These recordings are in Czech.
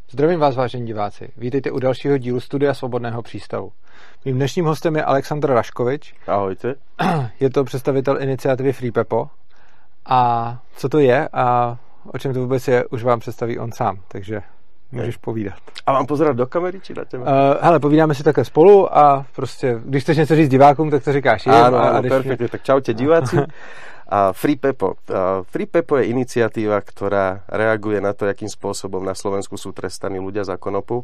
Zdravím vás, vážení diváci. Vítejte u dalšího dílu Studia Svobodného přístavu. Mým dnešním hostem je Aleksandr Raškovič. Ahojte. Je to představitel iniciativy Free Pepo. A co to je a o čem to vůbec je, už vám představí on sám, takže můžeš povídat. A mám pozerať do kamery, či na tebe? Hele, povídáme si takhle spolu a prostě, když chceš něco říct divákům, tak to říkáš jim. Áno, perfektne, tak čaute diváci. Free Pepo. Free Pepo je iniciatíva, ktorá reaguje na to, akým spôsobom na Slovensku sú trestaní ľudia za konopu.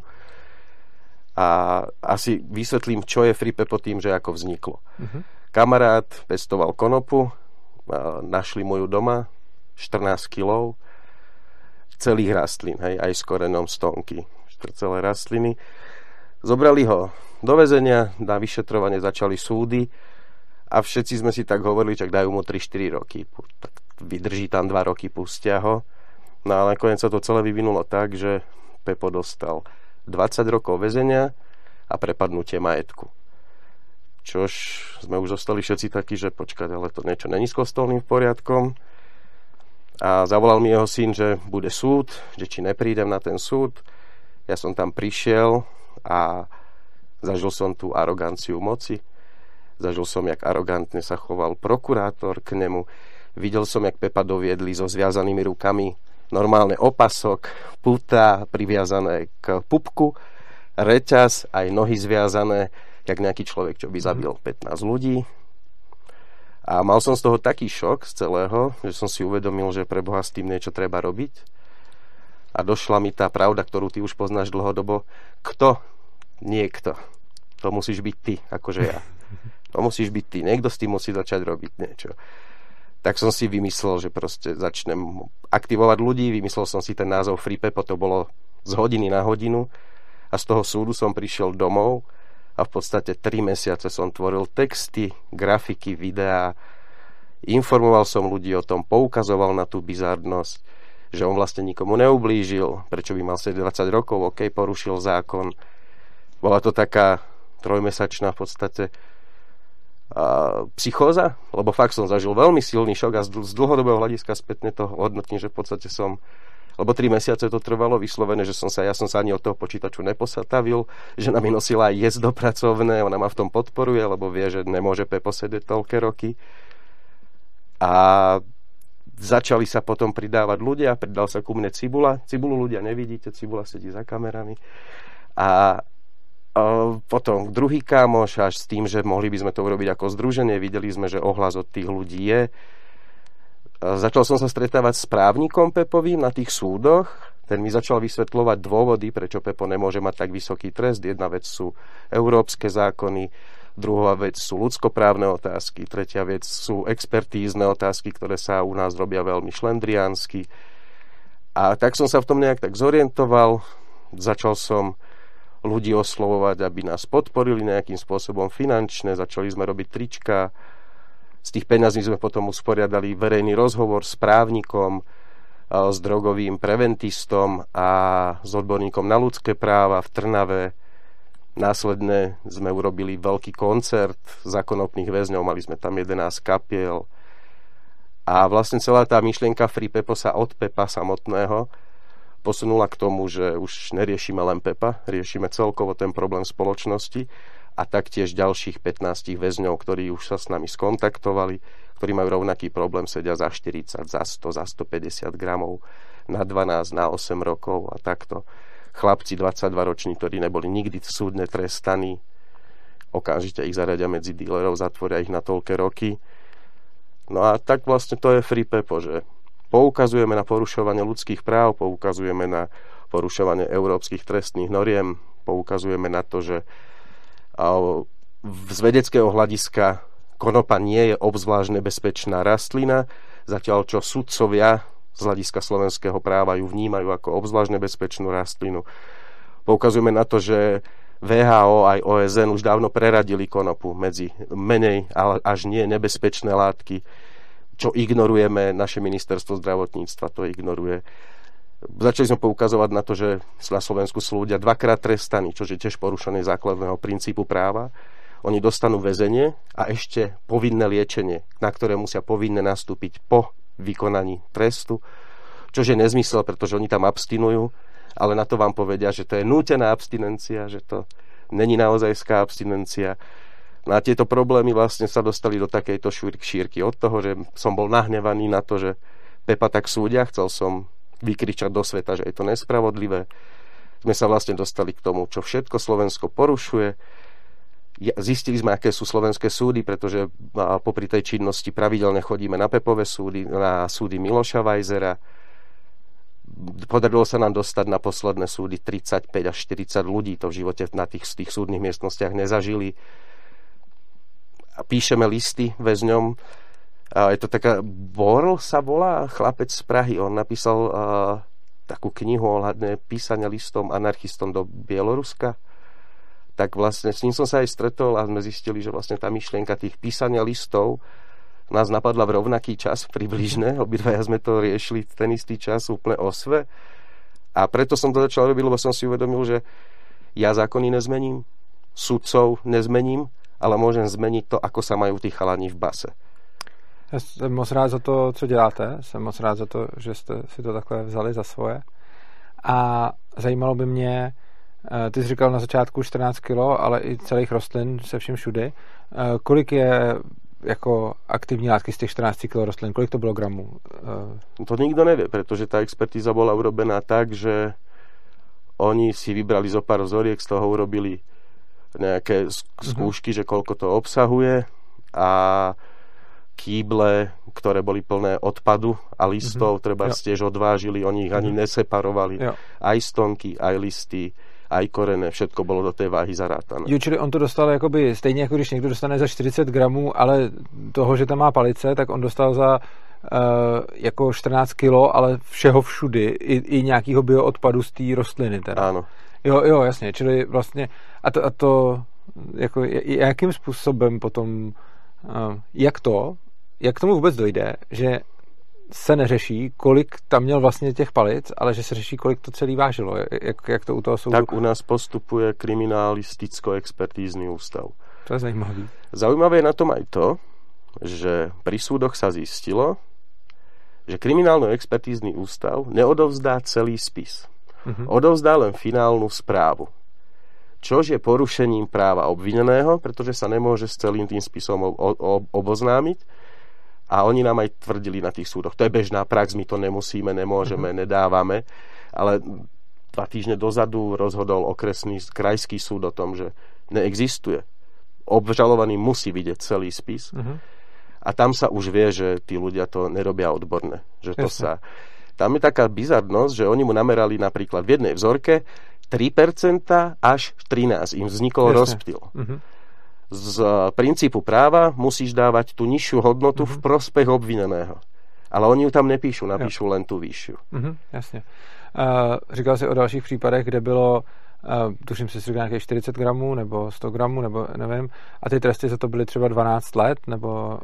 A asi vysvetlím, čo je Free Pepo tým, že ako vzniklo. Kamarát pestoval konopu, našli mu ju doma, 14 kilov, celých rastlín, hej, aj s korenom stonky, celé rastliny. Zobrali ho do väzenia, na vyšetrovanie začali súdy a všetci sme si tak hovorili, čak dajú mu 3-4 roky. Tak vydrží tam 2 roky, pustia ho. No a nakoniec sa to celé vyvinulo tak, že Pepo dostal 20 rokov väzenia a prepadnutie majetku. Čož sme už zostali všetci takí, že počkať, ale to niečo není s kostolným poriadkom. A zavolal mi jeho syn, že bude súd, že či neprídem na ten súd. Ja som tam prišiel a zažil som tú aroganciu moci. Zažil som, jak arogantne sa choval prokurátor k nemu. Videl som, jak Pepa doviedli so zviazanými rukami. Normálne opasok, puta priviazané k pupku, reťaz, aj nohy zviazané, jak nejaký človek, čo by zabil 15 ľudí. A mal som z toho taký šok z celého, že som si uvedomil, že pre Boha s tým niečo treba robiť. A došla mi tá pravda, ktorú ty už poznáš dlhodobo. Kto? Niekto. To musíš byť ty, akože ja. To musíš byť ty. Niekto s tým musí začať robiť niečo. Tak som si vymyslel, že proste začnem aktivovať ľudí. Vymyslel som si ten názov Free Pepo, to bolo z hodiny na hodinu. A z toho súdu som prišiel domov a v podstate 3 mesiace som tvoril texty, grafiky, videá. Informoval som ľudí o tom, poukazoval na tú bizarnosť, že on vlastne nikomu neublížil, prečo by mal 20 rokov, porušil zákon. Bola to taká 3-mesačná v podstate psychóza, lebo fakt som zažil veľmi silný šok a z dlhodobého hľadiska spätne to hodnotím, že v podstate som, lebo 3 mesiace to trvalo vyslovene, že ja som sa ani od toho počítaču neposatavil, že na mi nosila aj jesť dopracovné, ona ma v tom podporuje, lebo vie, že nemôže Pepo sedieť toľké roky. A začali sa potom pridávať ľudia, pridal sa ku mne Cibula. Cibulu ľudia nevidíte, Cibula sedí za kamerami. A potom druhý kámoš, až s tým, že mohli by sme to urobiť ako združenie, videli sme, že ohlas od tých ľudí je. Začal som sa stretávať s právnikom Pepovým na tých súdoch. Ten mi začal vysvetľovať dôvody, prečo Pepo nemôže mať tak vysoký trest. Jedna vec sú európske zákony, druhá vec sú ľudskoprávne otázky, tretia vec sú expertízne otázky, ktoré sa u nás robia veľmi šlendriánsky. A tak som sa v tom nejak tak zorientoval. Začal som ľudí oslovovať, aby nás podporili nejakým spôsobom finančne. Začali sme robiť trička. Z tých peňazí sme potom usporiadali verejný rozhovor s právnikom, s drogovým preventistom a s odborníkom na ľudské práva v Trnave. Následne sme urobili veľký koncert zákonopných väzňov, mali sme tam 11 kapiel. A vlastne celá tá myšlienka Free Pepo sa od Pepa samotného posunula k tomu, že už neriešime len Pepa, riešime celkovo ten problém spoločnosti a taktiež ďalších 15 väzňov, ktorí už sa s nami skontaktovali, ktorí majú rovnaký problém, sedia za 40, za 100, za 150 gramov, na 12, na 8 rokov a takto. Chlapci 22 roční, ktorí neboli nikdy súdne trestaní, okamžite ich zaradia medzi dílerov, zatvoria ich na toľké roky. No a tak vlastne to je Free Pepo, že poukazujeme na porušovanie ľudských práv, poukazujeme na porušovanie európskych trestných noriem, poukazujeme na to, že z vedeckého hľadiska konopa nie je obzvlášť nebezpečná rastlina, zatiaľ čo sudcovia z hľadiska slovenského práva ju vnímajú ako obzvlášť nebezpečnú rastlinu. Poukazujeme na to, že WHO aj OSN už dávno preradili konopu medzi menej až nie nebezpečné látky, čo ignorujeme, naše ministerstvo zdravotníctva to ignoruje. Začali sme poukazovať na to, že na Slovensku sú ľudia 2-krát trestaní, čo je tiež porušenie základného princípu práva. Oni dostanú väzenie a ešte povinné liečenie, na ktoré musia povinne nastúpiť po vykonaní trestu, čo je nezmysel, pretože oni tam abstinujú ale na to vám povedia, že to je nútená abstinencia, že to není naozajská abstinencia. No a tieto problémy vlastne sa dostali do takejto šírky od toho, že som bol nahnevaný na to, že Pepa tak súdia, chcel som vykričať do sveta, že je to nespravodlivé. Sme sa vlastne dostali k tomu, čo všetko Slovensko porušuje. Zistili sme, aké sú slovenské súdy, pretože popri tej činnosti pravidelne chodíme na Pepové súdy, na súdy Miloša Vajzera. Podarilo sa nám dostať na posledné súdy 35 až 40 ľudí. To v živote na tých súdnych miestnostiach nezažili. A píšeme listy väzňom. Je to taká... Borl sa volá, chlapec z Prahy. On napísal takú knihu ohľadne písania listom anarchistom do Bieloruska. Tak vlastne s ním som sa aj stretol a sme zistili, že vlastne tá myšlienka tých písania listov nás napadla v rovnaký čas približne. Obidvaja sme to riešili v ten istý čas úplne osve. A preto som to začal robiť, lebo som si uvedomil, že ja zákony nezmením, sudcov nezmením, ale môžem zmeniť to, ako sa majú tí chalani v base. Já jsem moc rád za to, co děláte. Jsem moc rád za to, že jste si to takhle vzali za svoje. A zajímalo by mě, ty jsi říkal na začátku 14 kilo, ale i celých rostlin se vším všudy. Kolik je jako aktivní látky z těch 14 kilo rostlin? Kolik to bylo gramů? To nikto nevie, pretože tá expertíza bola urobená tak, že oni si vybrali zo pár vzoriek, z toho urobili nejaké skúšky, že koľko to obsahuje a kýble, ktoré boli plné odpadu a listov, treba tiež odvážili, oni ich ani neseparovali. Jo. Aj stonky, aj listy, aj korené, všetko bolo do té váhy zarátané. Jo, čili on to dostal jakoby, stejně jako když někdo dostane za 40 gramů, ale toho, že tam má palice, tak on dostal za jako 14 kilo, ale všeho všudy, i nějakého bioodpadu z té rostliny teda. Áno. Jo, jasně, čili vlastně a to jako jakým způsobem potom jak k tomu vůbec dojde, že se neřeší, kolik tam měl vlastně těch palic, ale že se řeší, kolik to celý vážilo. Jak to u toho soudu? Tak u nás postupuje kriminalisticko-expertízny ústav. To je zajímavé. Zaujímavé je na tom aj to, že pri súdoch sa zistilo, že kriminálno-expertízny ústav neodovzdá celý spis. Odovzdá len finálnu správu. Čož je porušením práva obvineného, pretože sa nemôže s celým tým spisom oboznámiť. A oni nám aj tvrdili na tých súdoch, to je bežná prax, my to nemusíme, nemôžeme, nedávame. Ale 2 týždne dozadu rozhodol krajský súd o tom, že neexistuje. Obžalovaný musí vidieť celý spis. A tam sa už vie, že tí ľudia to nerobia odborne. Že to sa... Tam je taká bizarnosť, že oni mu namerali napríklad v jednej vzorke 3% až 13%. Im vznikol rozptyl. Z princípu práva musíš dávať tú nižšiu hodnotu v prospech obvineného. Ale oni ju tam nepíšu, napíšu len tú vyššiu. Jasně. Říkal jsi o dalších případech, kde bylo tuším si říkal nějakých 40 gramů nebo 100 gramů, nebo nevím. A ty tresty za to byly třeba 12 let, nebo...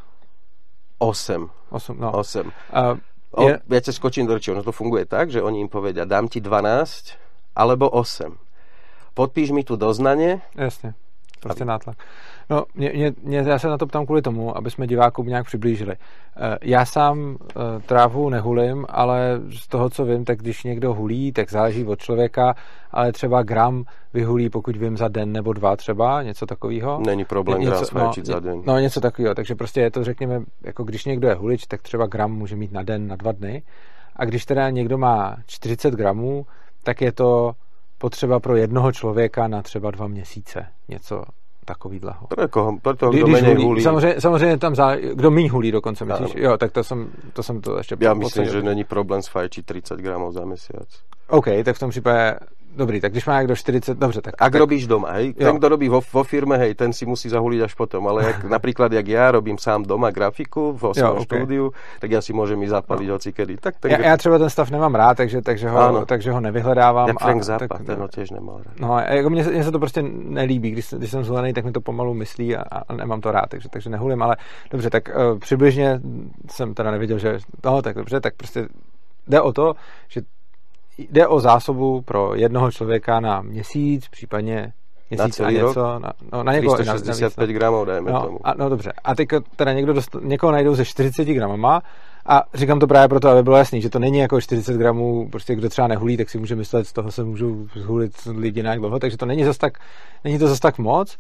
8. 8. Ja ťa skočím do rečí, ono to funguje tak, že oni im povedia, dám ti 12 alebo 8. Podpíš mi tu doznanie. Jasně. Prostě nátlak. No, já se na to ptám kvůli tomu, aby jsme divákům nějak přiblížili. Já sám trávu nehulím, ale z toho, co vím, tak když někdo hulí, tak záleží od člověka, ale třeba gram vyhulí, pokud vím, za den nebo 2 třeba, něco takového. Není problém gram sfajčit za den. No, něco takového, takže prostě je to, řekněme, jako když někdo je hulič, tak třeba gram může mít na den, na 2 dny. A když teda někdo má 40 gramů, tak je to potřeba pro jednoho člověka na třeba 2 měsíce. Něco takovýhleho. Pro toho, kdo menej hulí. Samozřejmě tam kdo míň hulí dokonce, myslíš? Jo, tak to jsem to ještě... Já myslím, že není problém sfajčiť 30 gramov za mesiac. OK, tak v tom případě dobrý, tak když má někdo 40, dobře, tak... Ak robíš doma, hej? Ten, kto robí vo firme, hej, ten si musí zahuliť až potom, ale napríklad, jak ja robím sám doma grafiku v svojom štúdiu, tak ja si môžem ísť zapaliť hocikedy. Já třeba ten stav nemám rád, takže ho nevyhledávám. Jak Frank Zappa, ten ho tiež nemal rád. No, jako mně se to prostě nelíbí, když jsem zvolený, tak mi to pomalu myslí a nemám to rád, takže nehulím, ale dobře, tak přibližně jsem teda nevěděl, že no, tak dobře, tak prostě jde o to, že jde o zásobu pro jednoho člověka na měsíc, případně měsíc na a něco. Na někoho 365 gramů, dajme tomu. No dobře. A teď teda někoho najdou se 40 gramama A říkám to právě proto, aby bylo jasný, že to není jako 40 gramů, prostě kdo třeba nehulí, tak si může myslet, z toho se můžou zhulit lidi nějak dlouho, takže to není to zas tak moc.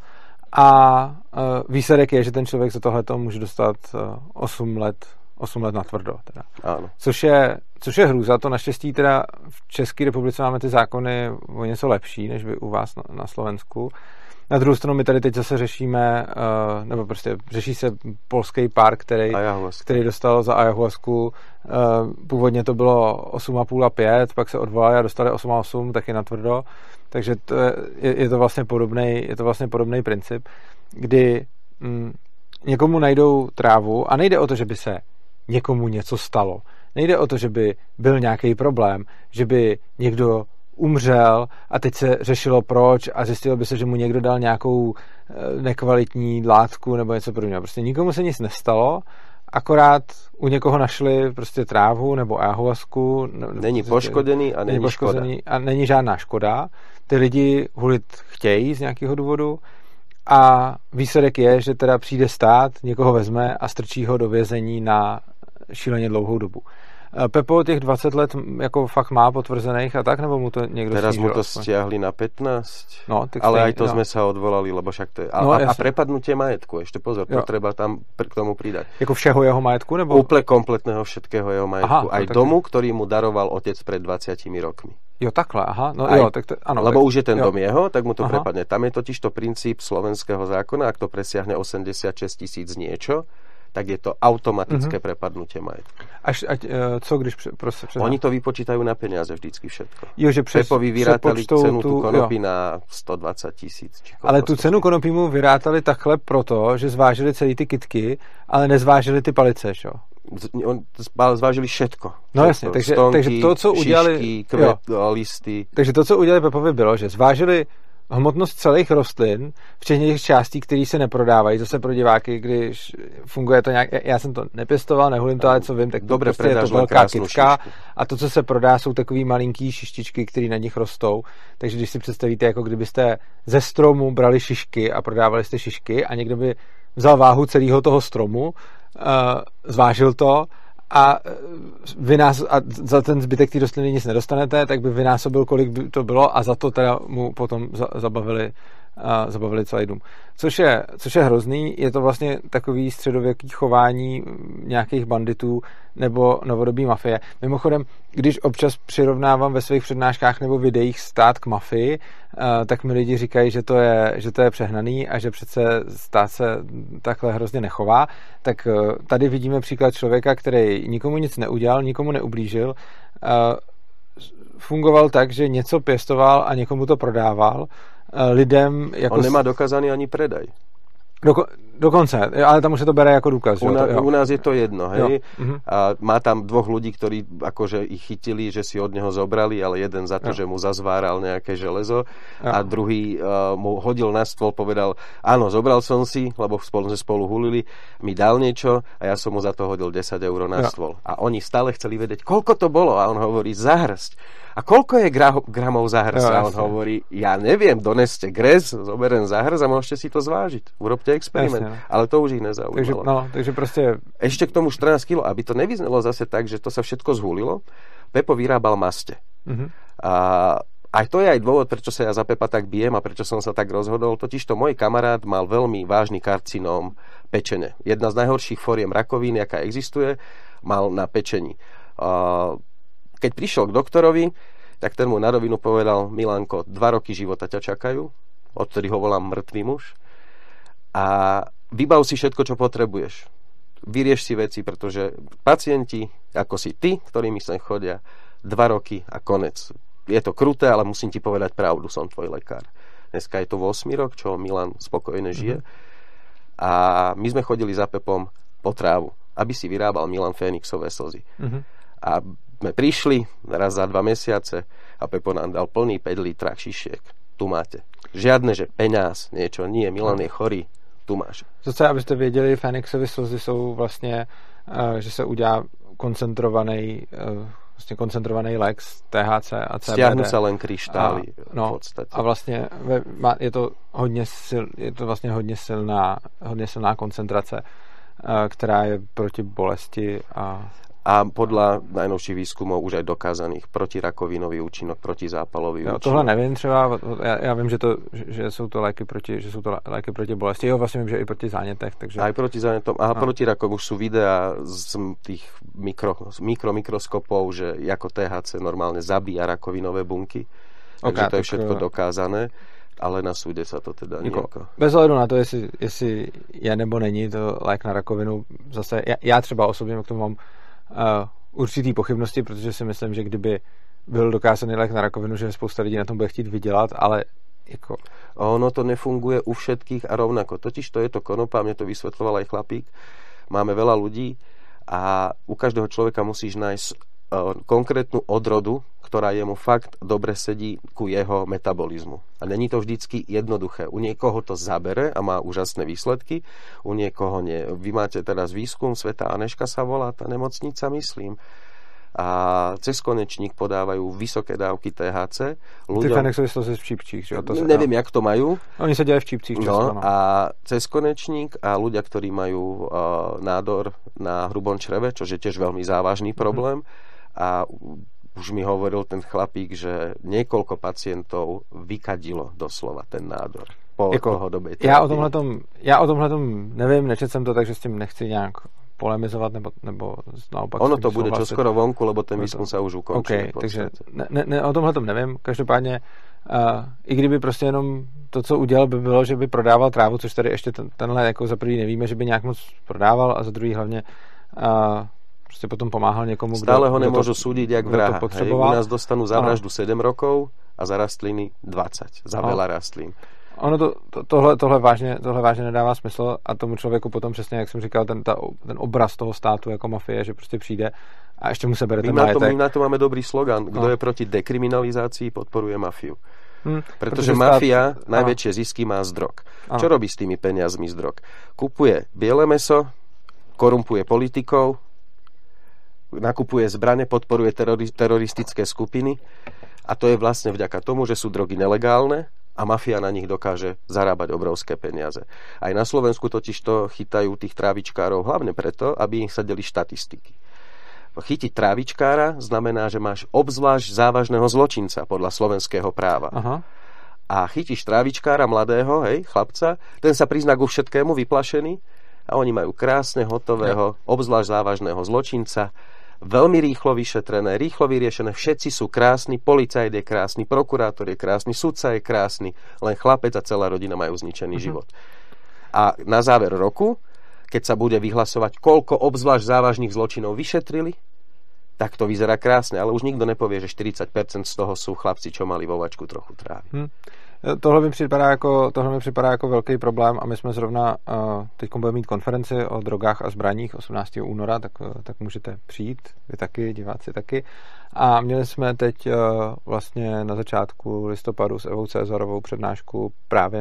A výsledek je, že ten člověk za tohleto může dostat 8 let na tvrdo. Teda. Ano. Což je hrůza, to naštěstí teda v České republice máme ty zákony o něco lepší, než vy u vás na Slovensku. Na druhou stranu my tady teď zase řešíme, nebo prostě řeší se polský pár, který dostal za ayahuasku. Původně to bylo 8,5 a 5, pak se odvolali a dostali 8,8, taky na tvrdo. Takže je to vlastně podobný princip, kdy někomu najdou trávu a nejde o to, že by se někomu něco stalo. Nejde o to, že by byl nějaký problém, že by někdo umřel a teď se řešilo proč a zjistilo by se, že mu někdo dal nějakou nekvalitní látku nebo něco podobného. Prostě nikomu se nic nestalo, akorát u někoho našli prostě trávu nebo ayahuasku. Není poškodený a není škoda. A není žádná škoda. Ty lidi hulit chtějí z nějakého důvodu a výsledek je, že teda přijde stát, někoho vezme a strčí ho do vězení na šíleně dlouhou dobu. Pepo těch 20 let jako fakt má potvrzených a tak, nebo mu to někdo teraz snížil? Teraz mu to stiahli na 15, no, ale aj to sme sa odvolali, lebo však to je... A prepadnutie majetku, ešte pozor, to treba tam k tomu pridať. Jako všeho jeho majetku? Nebo? Úplne kompletného všetkého jeho majetku. Aj domu, ktorý mu daroval otec pred 20 rokmi. Jo, takhle, aha. No, tak to, ano, lebo tak, už je ten dom jeho, tak mu to prepadne. Tam je totiž to princíp slovenského zákona, ak to presiahne 86 000 niečo, tak je to automatické prepadnutie majetku. Co když Oni to vypočítajú na peniaze vždycky všetko. Jo, že Pepovi vyrátali cenu tu konopy na 120 000. Ale tu cenu konopí mu vyrátali takhle proto, že zvážili celý ty kytky, ale nezvážili ty palice, čo? Zvážili všetko. No jasně, takže to, co udělali... Šišky, listy. Takže to, co udělali Pepovi, bylo, že zvážili hmotnost celých rostlin, včetně těch částí, které se neprodávají, zase pro diváky, když funguje to nějak, já jsem to nepěstoval, nehulím to, ale co vím, tak Dobre, prostě je to velká kytka a to, co se prodá, jsou takový malinký šištičky, které na nich rostou, takže když si představíte, jako kdybyste ze stromu brali šišky a prodávali jste šišky a někdo by vzal váhu celého toho stromu, zvážil to a za ten zbytek té rostliny nic nedostanete, tak by vynásobil, kolik by to bylo a za to teda mu potom zabavili celý dům. Což je hrozný, je to vlastně takový středověký chování nějakých banditů nebo novodobí mafie. Mimochodem, když občas přirovnávám ve svých přednáškách nebo videích stát k mafii, tak mi lidi říkají, že to je přehnaný a že přece stát se takhle hrozně nechová. Tak tady vidíme příklad člověka, který nikomu nic neudělal, nikomu neublížil, fungoval tak, že něco pěstoval a někomu to prodával, lidem jako... On nemá dokázaný ani predaj. Dokonce, ale tam už se to bere jako důkaz. U nás je to jedno, hej? A má tam dvoch ľudí, ktorí akože ich chytili, že si od neho zobrali, ale jeden za to, že mu zazváral nejaké železo a druhý mu hodil na stôl, povedal, áno, zobral som si, lebo sme spolu hulili, mi dal niečo a ja som mu za to hodil 10 € na stôl. A oni stále chceli vedieť, koľko to bolo a on hovorí, za hrsť. A koľko je gramov za hrs? A on hovorí, ja neviem, doneste gres, zoberiem za hrs a môžete si to zvážiť. Urobte experiment. Jasne. Ale to už ich nezaujímalo. Takže proste... Ešte k tomu 14 kg, aby to nevyznelo zase tak, že to sa všetko zhulilo. Pepo vyrábal maste. A aj to je aj dôvod, prečo sa ja za Pepa tak bijem a prečo som sa tak rozhodol. Totižto môj kamarát mal veľmi vážny karcinóm pečene. Jedna z najhorších foriem rakoviny, aká existuje, mal na pečení. Keď prišiel k doktorovi, tak ten mu na rovinu povedal, Milanko, 2 roky života ťa čakajú, odtedy ho volám mŕtvý muž, a vybav si všetko, čo potrebuješ. Vyrieš si veci, pretože pacienti, ako si ty, ktorými sem chodia, 2 roky a konec. Je to kruté, ale musím ti povedať pravdu, som tvoj lekár. Dneska je to 8 rok, čo Milan spokojne žije. A my sme chodili za Pepom po trávu, aby si vyrábal Milan Fénixové slzy. A sme prišli raz za 2 mesiace a Pepo nám dal plný 5 litrách šišiek. Tu máte. Žiadne, že peňaz, niečo. Nie, Milan je chorý. Tu máš. Zase, abyste věděli, Fénixovy slzy jsou vlastně, že se udělá koncentrovaný lék z THC a CBD. Stiahnu sa len kryštály v podstate. A vlastně je to vlastně hodně silná koncentrace, která je proti bolesti a A podľa najnovších výskumov už aj dokázaných protirakovinový účinok, protizápalový účinok. Tohle nevím třeba, já vím, že jsou to léky proti bolesti, jo, vlastně vím, že i proti zánětech, takže... Aj proti zánětom, proti rakom už sú videá z tých mikroskopov, že ako THC normálne zabíja rakovinové bunky, takže to je všetko dokázané, ale na súde sa to teda nejako... Bez ohledu na to, jestli je nebo není to lék na rakovinu, zase já třeba osobně k tomu mám určitý pochybnosti, protože si myslím, že kdyby byl dokázaný lék na rakovinu, že spousta lidí na tom bude chtít vydělat, ale jako... Ono to nefunguje u všetkých a rovnako. Totiž to je to konopa, mne to vysvetľoval aj chlapík. Máme veľa ľudí a u každého človeka musíš nájsť konkrétnu odrodu, ktorá jemu fakt dobre sedí ku jeho metabolizmu. A není to vždycky jednoduché. U niekoho to zabere a má úžasné výsledky, u niekoho nie. Vy máte teraz výskum, Svätá Anežka sa volá tá nemocnica, myslím. A cez konečník podávajú vysoké dávky THC. Ty fajnek súvislosti v čípčích, že? Neviem, jak to majú. Oni sa dejú v čípčích často. No, a cez konečník a ľudia, ktorí majú nádor na hrubom čreve, čo je tiež veľmi závažný problém, a už mi hovoril ten chlapík, že niekoľko pacientov vykadilo doslova ten nádor po dlhodobej terapii. Já o tomhletom nevím, nečet jsem to, takže s tím nechci nějak polemizovat, nebo naopak... Ono to bude čoskoro vonku, lebo ten výskum sa už ukončil. OK, takže o tomhletom nevím. Každopádně i kdyby prostě jenom to, co udělal, by bylo, že by prodával trávu, což tady ještě tenhle jako za prvý nevíme, že by nějak moc prodával a za druhý hlavně prostě potom pomáhal někomu, stále ho nemôžu súdiť jak vraha. U nás dostanú za vraždu 7 rokov a za rastliny 20. Za veľa rastlín. Ono tohle vážně nedává smysl a tomu člověku potom přesně, jak jsem říkal, ten obraz toho státu jako mafie, že prostě přijde a ještě mu se bere ten majetek. My na to máme dobrý slogan. Kdo je proti dekriminalizácii, podporuje mafiu. Pretože mafia najväčšie zisky má z drog. Čo robí s tými peniazmi z drog? Kupuje biele mäso, korumpuje politikov, nakupuje zbrane, podporuje teroristické skupiny a to je vlastne vďaka tomu, že sú drogy nelegálne a mafia na nich dokáže zarábať obrovské peniaze. Aj na Slovensku totiž to chytajú tých trávičkárov hlavne preto, aby im sadeli štatistiky. Chytiť trávičkára znamená, že máš obzvlášť závažného zločinca podľa slovenského práva. Aha. A chytíš trávičkára mladého, chlapca, ten sa prizná ku všetkému vyplašený a oni majú krásne hotového, obzvlášť závažného zločinca, veľmi rýchlo vyšetrené, rýchlo vyriešené, všetci sú krásni, policajt je krásny, prokurátor je krásny, sudca je krásny, len chlapec a celá rodina majú zničený život. A na záver roku, keď sa bude vyhlasovať, koľko obzvlášť závažných zločinov vyšetrili, tak to vyzerá krásne, ale už nikto nepovie, že 40% z toho sú chlapci, čo mali vo vačku trochu trávy. Tohle mi připadá jako velký problém a my jsme zrovna teď budeme mít konferenci o drogách a zbraních 18. února, tak můžete přijít, vy taky, diváci taky. A měli jsme teď vlastně na začátku listopadu s Evou Cezarovou přednášku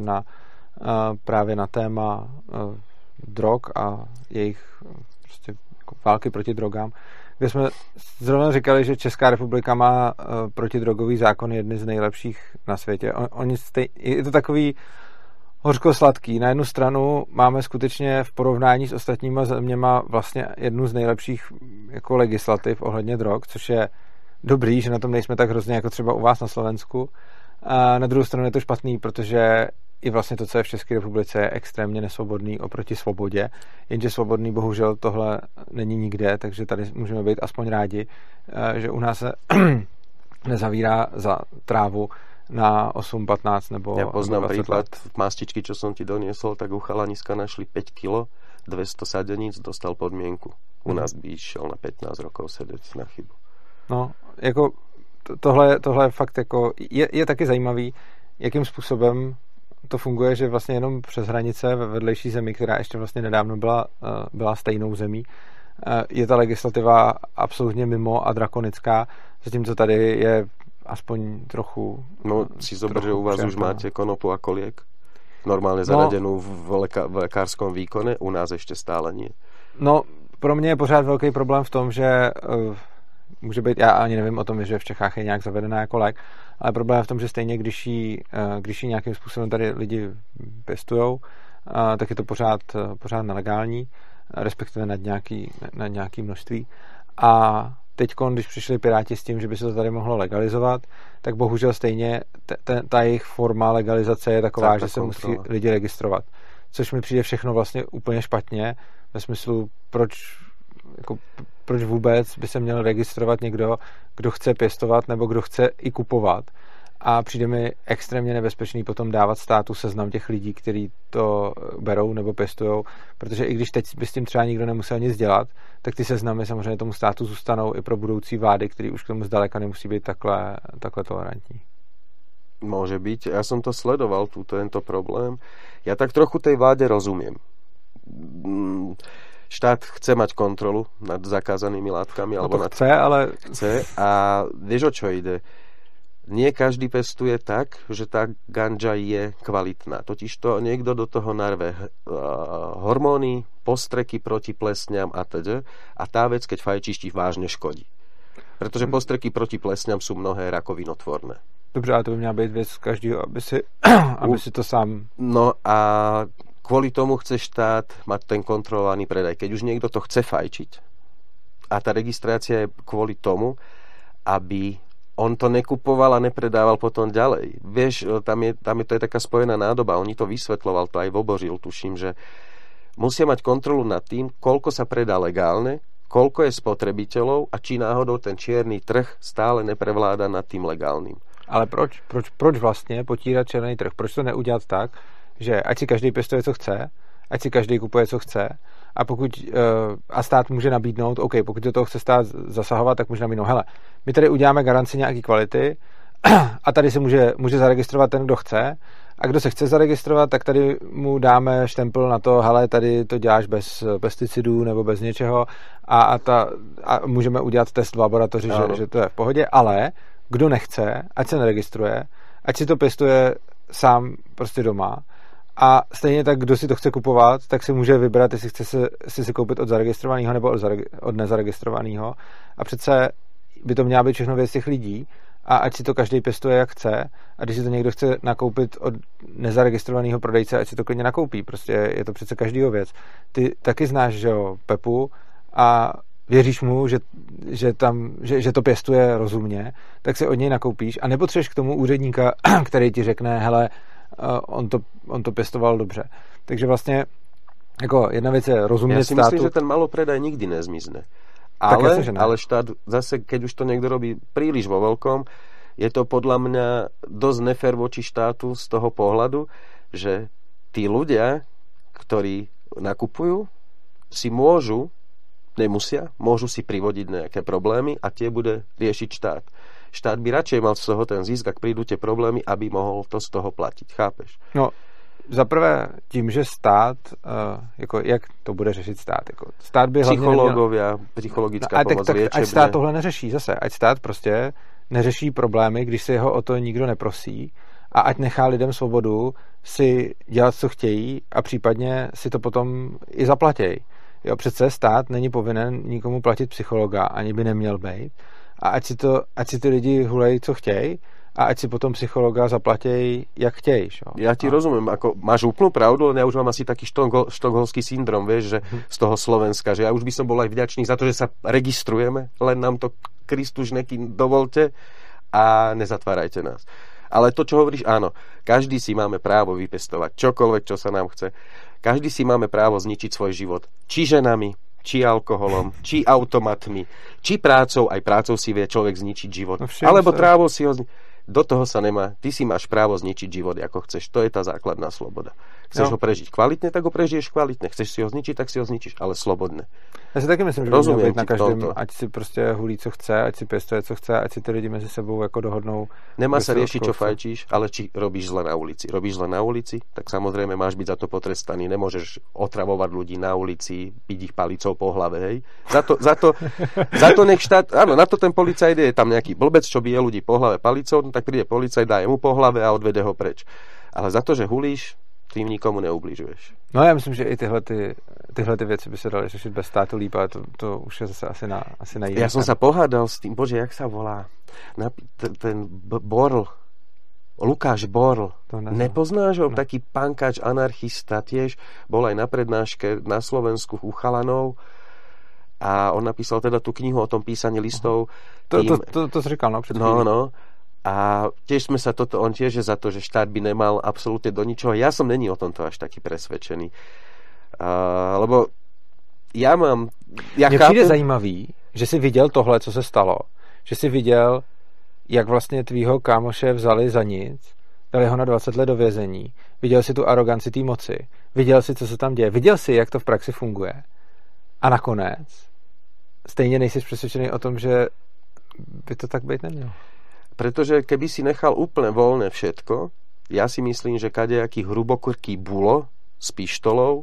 právě na téma drog a jejich prostě jako války proti drogám, kde jsme zrovna říkali, že Česká republika má protidrogový zákon jedny z nejlepších na světě. Je to takový hořko-sladký. Na jednu stranu máme skutečně v porovnání s ostatníma zeměma vlastně jednu z nejlepších jako legislativ ohledně drog, což je dobrý, že na tom nejsme tak hrozně jako třeba u vás na Slovensku. A na druhou stranu je to špatný, protože i vlastně to, co je v České republice, je extrémně nesvobodný oproti svobodě, jenže svobodný bohužel tohle není nikde, takže tady můžeme být aspoň rádi, že u nás se nezavírá za trávu na 8, 15 nebo... Ja poznám príklad mastičky, čo som ti doniesol, tak u chalaniska našli 5 kilo, 200 sadeníc, dostal podmienku. U nás by išiel na 15 rokov sedeť na chybu. No, jako tohle je fakt jako, je taky zajímavý, jakým způsobem to funguje, že vlastně jenom přes hranice ve vedlejší zemi, která ještě vlastně nedávno byla stejnou zemí, je ta legislativa absolutně mimo a drakonická, zatímco tady je aspoň trochu... No, si zober, že u vás už máte konopu ako liek? Normálne zaradenú v lekárskom výkone, u nás ešte stále nie. No, pro mě je pořád velký problém v tom, že může být, já ani nevím o tom, že v Čechách je nějak zavedená jako lék, ale problém je v tom, že stejně, když ji nějakým způsobem tady lidi pěstujou, tak je to pořád nelegální, respektive na nějaký množství. A teď, když přišli Piráti s tím, že by se to tady mohlo legalizovat, tak bohužel stejně ta jejich forma legalizace je taková, že se musí lidi registrovat. Což mi přijde všechno vlastně úplně špatně, ve smyslu, proč vůbec by se měl registrovat někdo, kdo chce pěstovat nebo kdo chce i kupovat. A přijde mi extrémně nebezpečný potom dávat státu seznam těch lidí, kteří to berou nebo pěstujou, protože i když teď by s tím třeba nikdo nemusel nic dělat, tak ty seznamy samozřejmě tomu státu zůstanou i pro budoucí vlády, který už k tomu zdaleka nemusí být takhle tolerantní. Môže byť. Ja som to sledoval, tento problém. Ja tak trochu tej vláde rozumiem. Štát chce mať kontrolu nad zakázanými látkami. Alebo chce, a vieš, o čo ide? Nie každý pestuje tak, že tá ganža je kvalitná. Totižto niekto do toho narve hormóny, postreky proti plesňam a teda. A tá vec, keď fajčíš, ti vážne škodí. Pretože postreky proti plesňam sú mnohé rakovinotvorné. Dobře, ale to by měla být věc každého, aby si to sám... No a kvôli tomu chce štát mať ten kontrolovaný predaj. Keď už niekto to chce fajčiť a tá registrácia je kvôli tomu, aby on to nekupoval a nepredával potom ďalej. Vieš, to je taká spojená nádoba. Oni to vysvetľoval, to aj Vobořil, tuším, že musia mať kontrolu nad tým, koľko sa predá legálne, koľko je spotrebiteľov a či náhodou ten čierny trh stále neprevláda nad tým legálnym. Ale proč vlastně potírat černý trh? Proč to neudělat tak, že ať si každý pěstuje, co chce, ať si každý kupuje, co chce, a pokud a stát může nabídnout, OK, pokud do toho chce stát zasahovat, tak může nabídnout, hele, my tady uděláme garanci nějaký kvality a tady se může zaregistrovat ten, kdo chce, a kdo se chce zaregistrovat, tak tady mu dáme štempel na to, hele, tady to děláš bez pesticidů nebo bez něčeho a můžeme udělat test v laboratoři, že to je v pohodě, ale kdo nechce, ať se neregistruje, ať si to pěstuje sám prostě doma, a stejně tak, kdo si to chce kupovat, tak si může vybrat, jestli chce si koupit od zaregistrovaného nebo od nezaregistrovaného, a přece by to měla být všechno věc těch lidí, a ať si to každý pěstuje, jak chce, a když si to někdo chce nakoupit od nezaregistrovaného prodejce, ať si to klidně nakoupí, prostě je to přece každýho věc. Ty taky znáš, že jo, Pepu, a věříš mu, že to pěstuje rozumně, tak si od něj nakoupíš a nepotřebuješ k tomu úředníka, který ti řekne, hele, on to pěstoval dobře. Takže vlastně jako jedna věc je rozumět státu. Ja si myslím, že ten malopredaj nikdy nezmizne. Ale štát zase, keď už to niekto robí príliš vo veľkom, je to podľa mňa dosť nefér voči štátu z toho pohľadu, že tí ľudia, ktorí nakupujú, si môžu si privodiť nejaké problémy a tie bude riešiť štát. Štát by radšej mal z toho ten zisk, ak prídu tie problémy, aby mohol to z toho platiť. Chápeš? No, zaprvé tím, že stát, jako jak to bude řešit stát? Jako stát by psychológovia, psychologická pomoc, liečebné. Ať stát tohle neřeší zase. Ať stát prostě neřeší problémy, když se ho o to nikdo neprosí, a ať nechá lidem svobodu si dělat, co chtějí, a případně si to potom i zaplatějí. Jo, přece stát není povinen nikomu platit psychologa, ani by neměl být. A ať si ty lidi hulejí, co chtějí, a ať si potom psychologa zaplatějí, jak chtějí. Ja ti rozumiem, ako máš úplnú pravdu, ale ja už mám asi taký štokholský syndrom, vieš, že z toho Slovenska, že ja už by som bol aj vďačný za to, že sa registrujeme, len nám to Kristuž nekým dovolte a nezatvárajte nás. Ale to, čo hovoríš, áno, každý si máme právo vypestovať čokoľvek, čo sa nám chce. Každý si máme právo zničiť svoj život. Či ženami, či alkoholom, či automatmi, či prácou. Aj prácou si vie človek zničiť život. No alebo trávou si ho do toho sa nemá. Ty si máš právo zničiť život, ako chceš. To je tá základná sloboda. Chceš ho prežiť kvalitne, tak ho prežiješ kvalitne. Chceš si ho zničiť, tak si ho zničíš, ale slobodne. Já si taky myslím, že by měl být na každém, ať si prostě hulí, co chce, ať si pěstuje, co chce, ať si ty lidi mezi sebou jako dohodnou. Nemá sa riešiť, čo fajčíš, ale či robíš zle na ulici. Robíš zle na ulici, tak samozrejme máš byť za to potrestaný. Nemôžeš otravovať ľudí na ulici, byť ich palicou po hlave, hej. Za to nech štát, áno, na to ten policajt je tam nejaký blbec, čo bije ľudí po hlave palicou, no tak príde policajt, dá mu po hlave a odvede ho preč. Ale za to, že hulíš, tým nikomu neubližuješ. No já myslím, že i tyhle ty věci by se daly řešit bez státu líp, ale to už je zase asi na jiný. Ja som sa pohádal s tým, bože, jak sa volá? Ten Borl. Lukáš Borl. Nepoznáš ho? No. Taký pankáč, anarchista tiež. Bol aj na prednáške na Slovensku u chalanov. A on napísal teda tú knihu o tom písaní listov. To říkal, no, před chvíli. No. A tiež sme sa on tiež je za to, že štát by nemal absolútne do ničoho. Ja som není o tomto až taký presvedčený. Lebo Mně přijde zajímavý, že jsi viděl tohle, co se stalo. Že jsi viděl, jak vlastně tvýho kámoše vzali za nic, dali ho na 20 let do vězení. Viděl si tu aroganci té moci. Viděl si, co se tam děje. Viděl si, jak to v praxi funguje. A nakonec stejně nejsi přesvědčený o tom, že by to tak být nemělo. Pretože keby si nechal úplne voľné všetko, ja si myslím, že kadejaký hrubokrký bulo s pištolou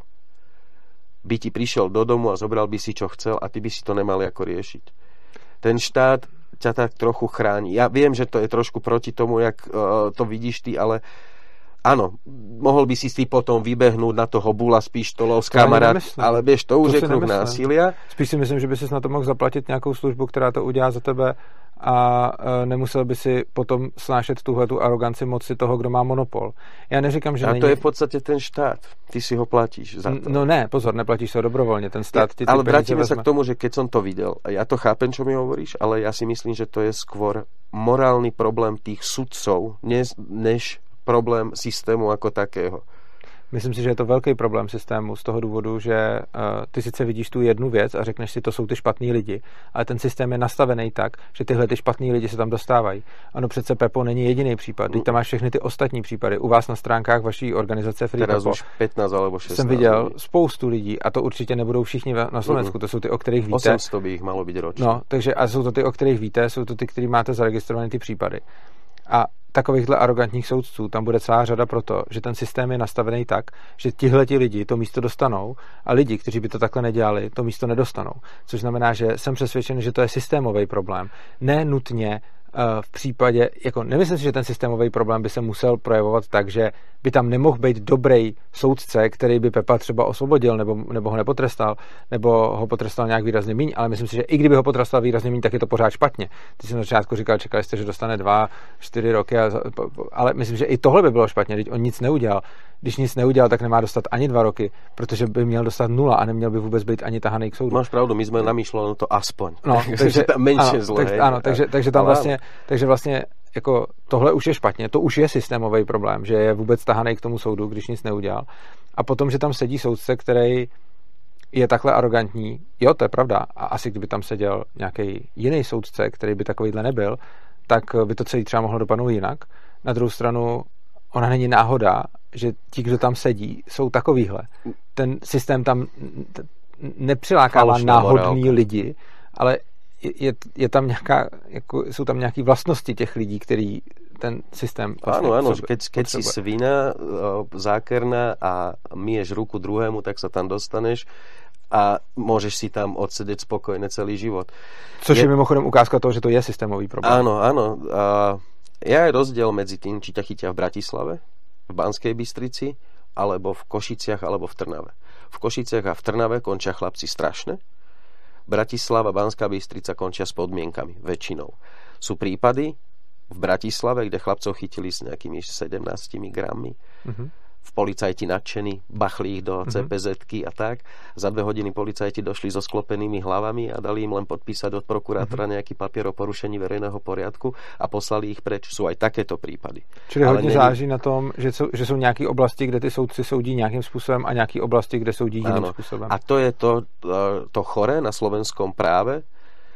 by ti prišiel do domu a zobral by si, čo chcel a ty by si to nemal ako riešiť. Ten štát ťa tak trochu chráni. Ja viem, že to je trošku proti tomu, jak to vidíš ty, ale áno, mohol by si potom vybehnúť na toho bula s pištolou, s kamarát, ale vieš, to už je kruh násilia. Spíš si myslím, že by si na to mohl zaplatit nějakou službu, která to udělá za tebe a nemusel by si potom snášet tuhletu aroganci moci toho, kdo má monopol. Já neříkám, že a to je v podstatě ten štát. Ty si ho platíš za to. No ne, pozor, neplatíš se dobrovolně. Ten stát ti ty ale vrátime sa k tomu, že keď som to videl, a ja to chápem, čo mi hovoríš, ale ja si myslím, že to je skôr morálny problém tých sudcov, než problém systému jako takého. Myslím si, že je to velký problém systému z toho důvodu, že ty sice vidíš tu jednu věc a řekneš si, to jsou ty špatný lidi, ale ten systém je nastavený tak, že tyhle ty špatný lidi se tam dostávají. Ano, přece Pepo není jediný případ, teď tam máš všechny ty ostatní případy. U vás na stránkách vaší organizace Free Teraz Pepo už 15 alebo 16 jsem viděl spoustu lidí a to určitě nebudou všichni na Slovensku, to jsou ty, o kterých víte. 800 by jich malo být ročně. No, takže a jsou to ty, o kterých víte, jsou to ty, který máte zaregistrované ty případy. A takovýchhle arrogantních soudců tam bude celá řada proto, že ten systém je nastavený tak, že tihleti lidi to místo dostanou a lidi, kteří by to takhle nedělali, to místo nedostanou. Což znamená, že jsem přesvědčen, že to je systémový problém. Ne nutně v případě, jako nemyslím si, že ten systémový problém by se musel projevovat tak, že by tam nemohl být dobrý soudce, který by Pepa třeba osvobodil nebo ho nepotrestal, nebo ho potrestal nějak výrazně míň, ale myslím si, že i kdyby ho potrestal výrazně míň, tak je to pořád špatně. Ty jsi na začátku říkal, čekali jste, že dostane 2-4 roky, ale myslím, že i tohle by bylo špatně, když on nic neudělal. Když nic neudělal, tak nemá dostat ani 2 roky, protože by měl dostat 0 a neměl by vůbec být ani tahaný k soudu. Máš pravdu, my jsme namýšleli to aspoň. No, takže tam menší zlé. Ano, takže tam vlastně jako tohle už je špatně, to už je systémový problém, že je vůbec tahaný k tomu soudu, když nic neudělal. A potom, že tam sedí soudce, který je takhle arrogantní, jo, to je pravda. A asi kdyby tam seděl nějaký jiný soudce, který by takovýhle nebyl, tak by to celý třeba mohlo dopadnout jinak. Na druhou stranu, ona není náhoda, že ti, kdo tam sedí, jsou takovýhle. Ten systém tam nepřilákává náhodný lidi, ale je tam nějaká, jako, jsou tam nějaké vlastnosti těch lidí, který ten systém vlastně áno, že keď si svina zákerná a myješ ruku druhému, tak sa tam dostaneš a môžeš si tam odsedeť spokojne celý život. Což je mimochodem ukázka toho, že to je systémový problém. Áno. Je aj rozdiel medzi tým, či ťa chytia v Bratislave, v Banskej Bystrici, alebo v Košiciach, alebo v Trnave. V Košiciach a v Trnave končia chlapci strašne. Bratislava, Banská Bystrica končia s podmienkami, väčšinou. Sú prípady v Bratislave, kde chlapcov chytili s nejakými 17 grammi. V policajti nadšení, bachli ich do CPZ-ky a tak. Za 2 hodiny policajti došli so sklopenými hlavami a dali im len podpísať od prokurátora nejaký papier o porušení verejného poriadku a poslali ich preč. Sú aj takéto prípady. Čili hodně záleží na tom, že jsou nějaké oblasti, kde ty soudci soudí nějakým způsobem a nějaké oblasti, kde soudí jiným způsobem. A to je to choré na slovenskom práve,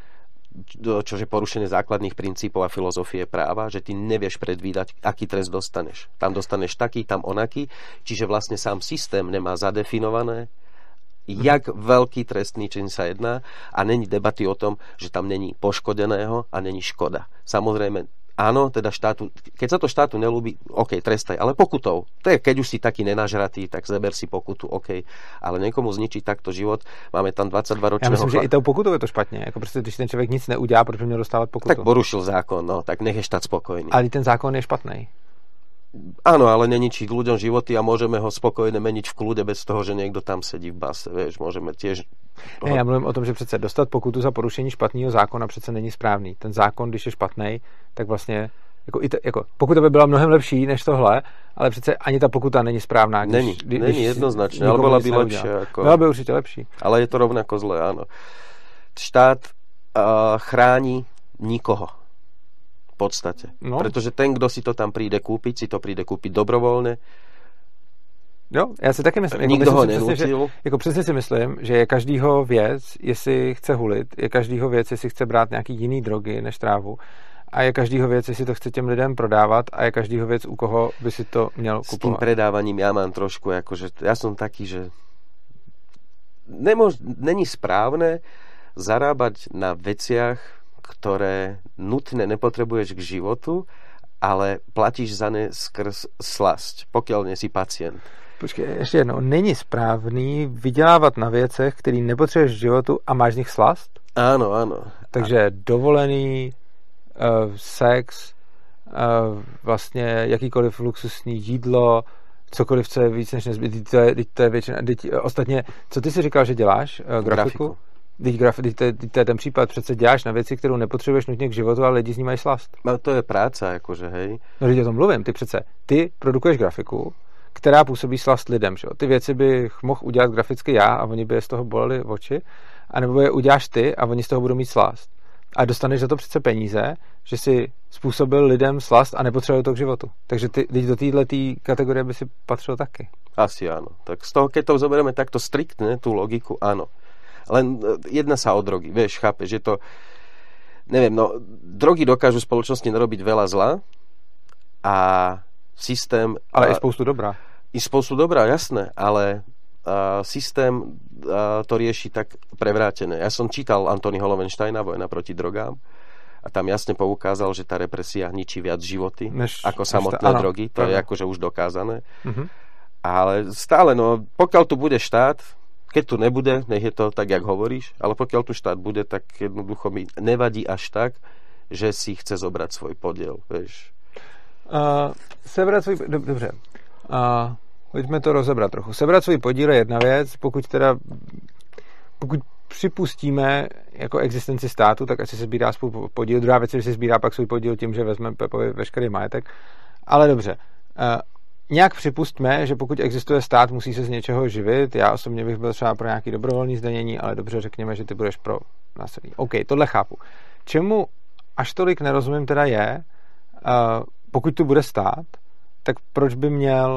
čo je porušenie základných princípov a filozofie práva, že ty nevieš predvídať, aký trest dostaneš. Tam dostaneš taký, tam onaký, čiže vlastne sám systém nemá zadefinované, jak veľký trestný čin sa jedná a není debaty o tom, že tam není poškodeného a není škoda. Samozrejme, áno, teda štátu, keď sa to štátu nelúbi, OK, trestaj, ale pokutou. To je, keď už si taký nenažratý, tak zeber si pokutu, OK. Ale někomu zničí takto život, máme tam 22-ročného. Já myslím, že i tou pokutou je to špatně. Jako prostě, když ten člověk nic neudělá, proč by měl dostávat pokutu? Tak porušil zákon, no, tak nech je štát spokojný. Ale ten zákon je špatný. Áno, ale neničí ľuďom životy a môžeme ho spokojne meniť v kľude bez toho, že niekto tam sedí v base. Vieš, môžeme tiež... Ne, já mluvím o tom, že přece dostat pokutu za porušení špatného zákona přece není správný. Ten zákon, když je špatný, tak vlastně jako pokuta by byla mnohem lepší než tohle, ale přece ani ta pokuta není správná. Není jednoznačně, ale byla by lepší. Byla by určitě lepší. Ale je to rovnako zlé, áno. štát chráni nikoho. V podstate. No. Pretože ten, kdo si to tam príde kúpiť dobrovoľne. Jo, já si taky myslím. Nikdo ho nenutil. Jako přesně si myslím, že je každýho věc, jestli chce hulit, je každýho věc, jestli chce brát nějaký jiný drogy než trávu. A je každýho věc, jestli to chce těm lidem prodávat, a je každýho věc, u koho by si to měl kupovat. S tým predávaním ja mám trošku, akože ja som taký, že není správne zarábať na veciach, ktoré nutne nepotrebuješ k životu, ale platíš za ne skrz slasť, pokiaľ nie si pacient. Počkej, ještě jednou. Není správný vydělávat na věcech, které nepotřebuješ v životu a máš z nich slast? Áno, áno. Takže dovolený, sex, vlastně jakýkoliv luxusní jídlo, cokoliv, co je víc než nezbytné. To je většina. Ostatně, co ty si říkal, že děláš? Grafiku? To je ten případ, přece děláš na věci, kterou nepotřebuješ nutně k životu, ale lidi z ní mají slast. No to je práca, jakože, hej. No, když o tom mluvím, ty produkuješ grafiku, která působí slast lidem, že? Ty věci bych mohl udělat graficky já a oni by je z toho boleli oči, anebo je uděláš ty a oni z toho budou mít slast. A dostaneš za to přece peníze, že si způsobil lidem slast a nepotřebuje to k životu. Takže ty do této kategorie by si patřil taky. Asi áno. Tak z toho, keď to zoberieme takto striktne, tú logiku, áno. Len jedná sa o drogy, vieš, chápeš, že to, neviem, no, drogy dokážu spoločnosti narobiť veľa zla a systém... Ale i spoustu dobrá. I spoustu dobrá, jasné, ale systém to rieši tak prevrátené. Ja som čítal Antonyho Loewensteina, Vojna proti drogám, a tam jasne poukázal, že tá represia ničí viac životy ako samotné drogy. To je akože už dokázané. Uh-huh. Ale stále, no, pokiaľ tu bude štát, keď tu nebude, nech je to tak, jak hovoríš, ale pokiaľ tu štát bude, tak jednoducho mi nevadí až tak, že si chce zobrať svoj podiel, vieš. Sebrat svůj... Dobře. Pojďme to rozebrat trochu. Sebrat svůj podíl je jedna věc, pokud připustíme jako existenci státu, tak asi se sbírá svůj podíl. Druhá věc je, že si sbírá pak svůj podíl tím, že vezme Pepovi veškerý majetek. Ale dobře. Nějak připustme, že pokud existuje stát, musí se z něčeho živit. Já osobně bych byl třeba pro nějaký dobrovolný zdanění, ale dobře, řekněme, že ty budeš pro násilí. OK, tohle chápu. Čemu až tolik nerozumím teda je, pokud tu bude stát, tak proč by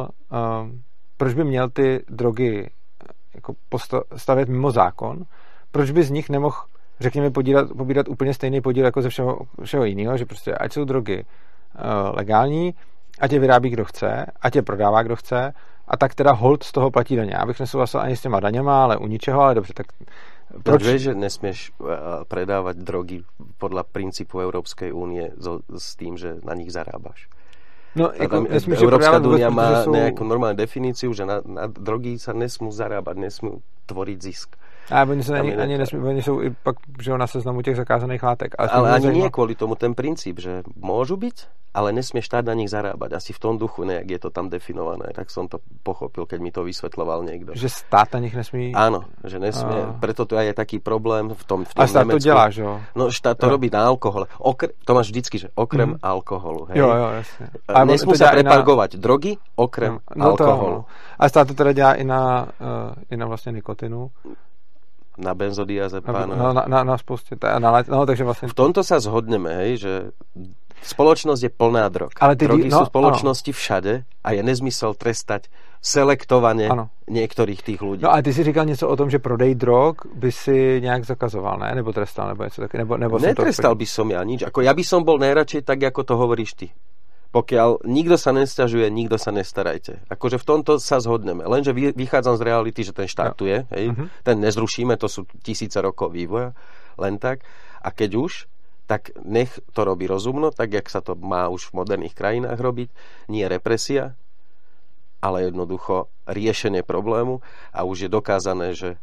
měl ty drogy jako stavět mimo zákon? Proč by z nich nemohl, řekněme, pobírat úplně stejný podíl jako ze všeho jiného, že prostě ať jsou drogy legální, ať je vyrábí kdo chce, ať je prodává kdo chce, a tak teda hold z toho platí daně. Já bych nesouhlasil ani s těma daněma, ale u ničeho, ale dobře, tak proč? Vieš, že nesmieš predávať drogy podľa princípu Európskej únie s tým, že na nich zarábaš. No, Európska únia má nejakú normálnu definíciu, že na drogy sa nesmú zarábať, nesmú tvoriť zisk. A oni se ani nesmí, oni jsou i pak, že na seznamu těch zakázaných látek. Ale ani nie kvôli tomu ten princíp, že môžu byť, ale nesmie štát na nich zarábať. Asi v tom duchu nejak je to tam definované. Tak som to pochopil, keď mi to vysvetľoval niekto. Že stát na nich nesmí? Áno, že nesmie. Preto tu aj je taký problém v tom a stát Nemecku. To dělá, že jo? No štát to robí na alkohole. To máš vždycky, že okrem alkoholu. Hej? Jo, jasne. Nesmú sa prepargovať drogy okrem alkoholu. A stát to teda dělá i na vlastně nikotinu. Na benzodiazepánu. Na spoustě. Takže vlastne... V tomto sa zhodneme, hej, že spoločnosť je plná drog. Ale drogy sú v spoločnosti všade a je nezmysel trestať selektovane niektorých tých ľudí. No a ty si říkal něco o tom, že prodej drog by si nějak zakazoval, ne? Nebo trestal, nebo něco taky? Nebo netrestal by som ja nič. Ako ja by som bol najradšej tak, ako to hovoríš ty. Pokiaľ nikto sa nesťažuje, nikto sa nestarajte. Akože v tomto sa zhodneme. Lenže vychádzam z reality, že ten štát tu je. Hej? Ten nezrušíme, to sú tisíce rokov vývoja. Len tak. A keď už, tak nech to robí rozumno, tak jak sa to má už v moderných krajinách robiť. Nie represia, ale jednoducho riešenie problému. A už je dokázané, že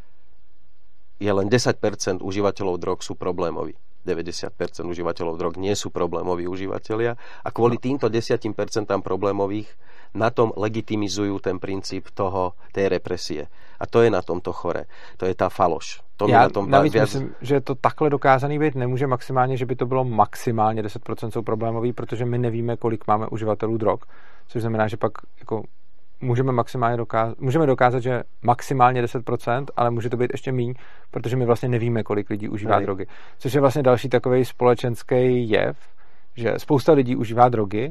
je len 10% užívateľov drog sú problémoví. 90% užívateľov drog nie sú problémoví užívateľia a kvôli týmto 10% problémových na tom legitimizujú ten princíp tej represie. A to je na tomto chore. To je tá faloš. Já navíc myslím, že to takhle dokázaný být nemůže maximálně, že by to bylo maximálně 10% jsou problémový, protože my nevíme, kolik máme uživatelů drog, což znamená, že pak jako můžeme dokázat, že maximálně 10%, ale může to být ještě míň, protože my vlastně nevíme, kolik lidí užívá drogy. Což je vlastně další takovej společenský jev, že spousta lidí užívá drogy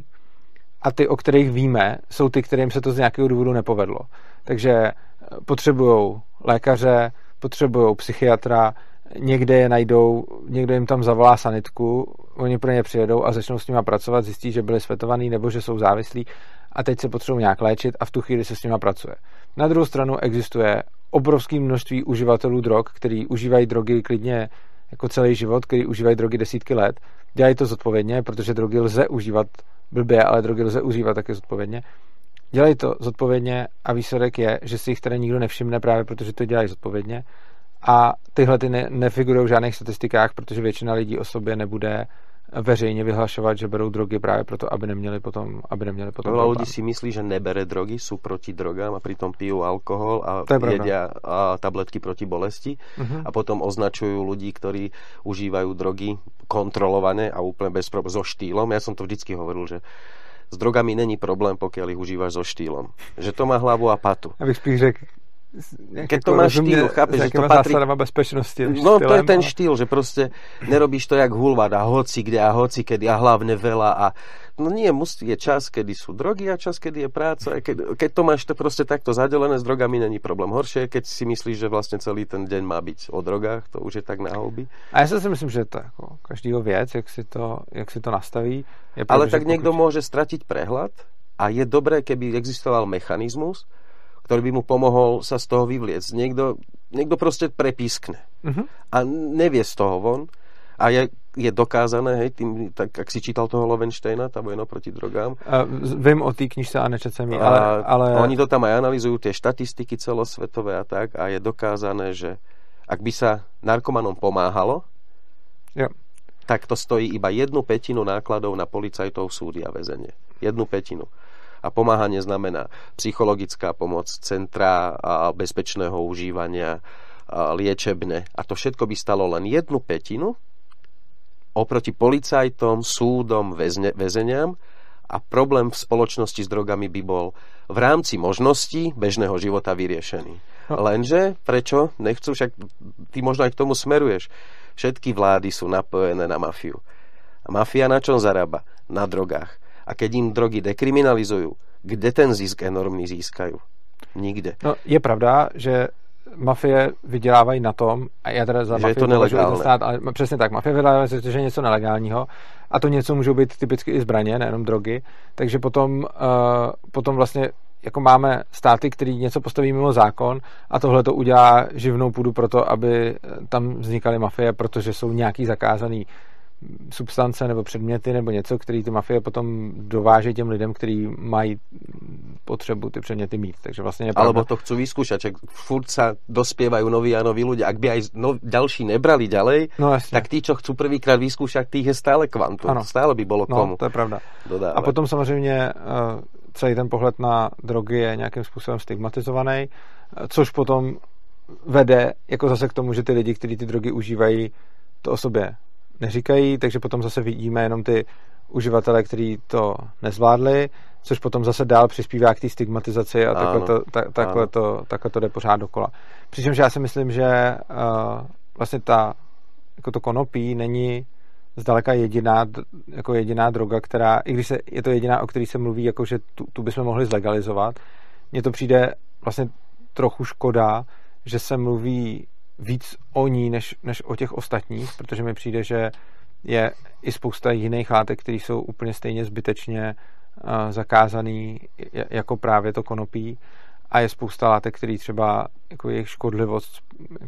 a ty, o kterých víme, jsou ty, kterým se to z nějakého důvodu nepovedlo. Takže potřebujou lékaře, potřebujou psychiatra, někde je najdou, někdo jim tam zavolá sanitku, oni pro ně přijedou a začnou s nima pracovat, zjistí, že byli svetovaní nebo že jsou závislí a teď se potřebují nějak léčit a v tu chvíli se s nima pracuje. Na druhou stranu existuje obrovské množství uživatelů drog, kteří užívají drogy klidně jako celý život, kteří užívají drogy desítky let. Dělají to zodpovědně, protože drogy lze užívat blbě, ale drogy lze užívat taky zodpovědně. Dělají to zodpovědně a výsledek je, že si jich teda nikdo nevšimne právě protože to dělají zodpovědně. A tyhle ty nefigurují v žádných statistikách, protože většina lidí o sobě nebude veřejně vyhlašovat, že berou drogy právě proto, aby neměli potom Veľa ľudí si myslí, že nebere drogy, sú proti drogám a pritom pijú alkohol a jedia tabletky proti bolesti a potom označujú ľudí, ktorí užívajú drogy kontrolované a úplne bez problémov so štýlom. Ja som to vždycky hovoril, že s drogami není problém, pokiaľ ich užívaš so štýlom. Že to má hlavu a patu. Abych spíš řekl, keď to máš štýl, chápeš, že to patrí... bezpečnosti. No to je ten štýl, že proste nerobíš to jak hulvát a hoci kde a hoci kedy a hlavne veľa a no nie, je čas, kedy sú drogy a čas, kedy je práca. Keď to máš to proste takto zadelené, s drogami není problém. Horšie, keď si myslíš, že vlastne celý ten deň má byť o drogách, to už je tak na houby. A ja si myslím, že to je ako každýho věc, jak si to nastaví. Ale tak niekto môže stratiť prehľad a je dobré, keby existoval mechanizmus, ktorý by mu pomohol sa z toho vyvliecť. Niekto proste prepískne. A nevie z toho von. A je dokázané, hej, tým, tak ak si čítal toho Lovensteina, tá vojna proti drogám. Vím o té knižce a nečetl jsem ji, ale... Oni to tam aj analyzujú, tie štatistiky celosvetové a tak, a je dokázané, že ak by sa narkomanom pomáhalo, tak to stojí iba 1/5 nákladov na policajtov, súdy a väzenie. 1/5. A pomáhanie znamená psychologická pomoc, centra a bezpečného užívania, a liečebne. A to všetko by stalo len 1/5 oproti policajtom, súdom, väzeniam a problém v spoločnosti s drogami by bol v rámci možností bežného života vyriešený. Lenže, prečo? Nechcú, však ty možno aj k tomu smeruješ. Všetky vlády sú napojené na mafiu. A mafia na čom zarába? Na drogách. A keď im drogy dekriminalizujú, kde ten zisk enormný získajú? Nikde. No, je pravda, že mafie vydělávají na tom, a já teda za mafii považuji stát, ale přesně tak, mafie vydělávají, že je něco nelegálního a to něco můžou být typicky i zbraně, nejenom drogy, takže potom vlastně jako máme státy, který něco postaví mimo zákon a tohle to udělá živnou půdu pro to, aby tam vznikaly mafie, protože jsou nějaký zakázaný substance nebo předměty nebo něco, který ty mafie potom dováží těm lidem, kteří mají potřebu ty předměty mít. Takže vlastně je pravda. Alebo to chcú vyskúšať, že furt sa dospievajú noví a noví ľudia. Ak by aj ďalší nebrali ďalej, tak tí, čo chcú prvýkrát vyskúšať, tých je stále kvantum. Ano. Stále by bolo komu. To je pravda. Dodávať. A potom samozřejmě celý ten pohled na drogy je nějakým způsobem stigmatizovaný, což potom vede jako zase k tomu, že ty lidi, kteří ty drogy užívají, to o sobě neříkají, takže potom zase vidíme jenom ty uživatele, kteří to nezvládli, což potom zase dál přispívá k té stigmatizaci a takhle to jde pořád dokola. Přičemž já si myslím, že vlastně jako to konopí není zdaleka jediná droga, která, i když je to jediná, o který se mluví, jako že tu bychom mohli zlegalizovat. Mně to přijde vlastně trochu škoda, že se mluví víc o ní, než o těch ostatních, protože mi přijde, že je i spousta jiných látek, které jsou úplně stejně zbytečně zakázaný jako právě to konopí a je spousta látek, které třeba jako jejich škodlivost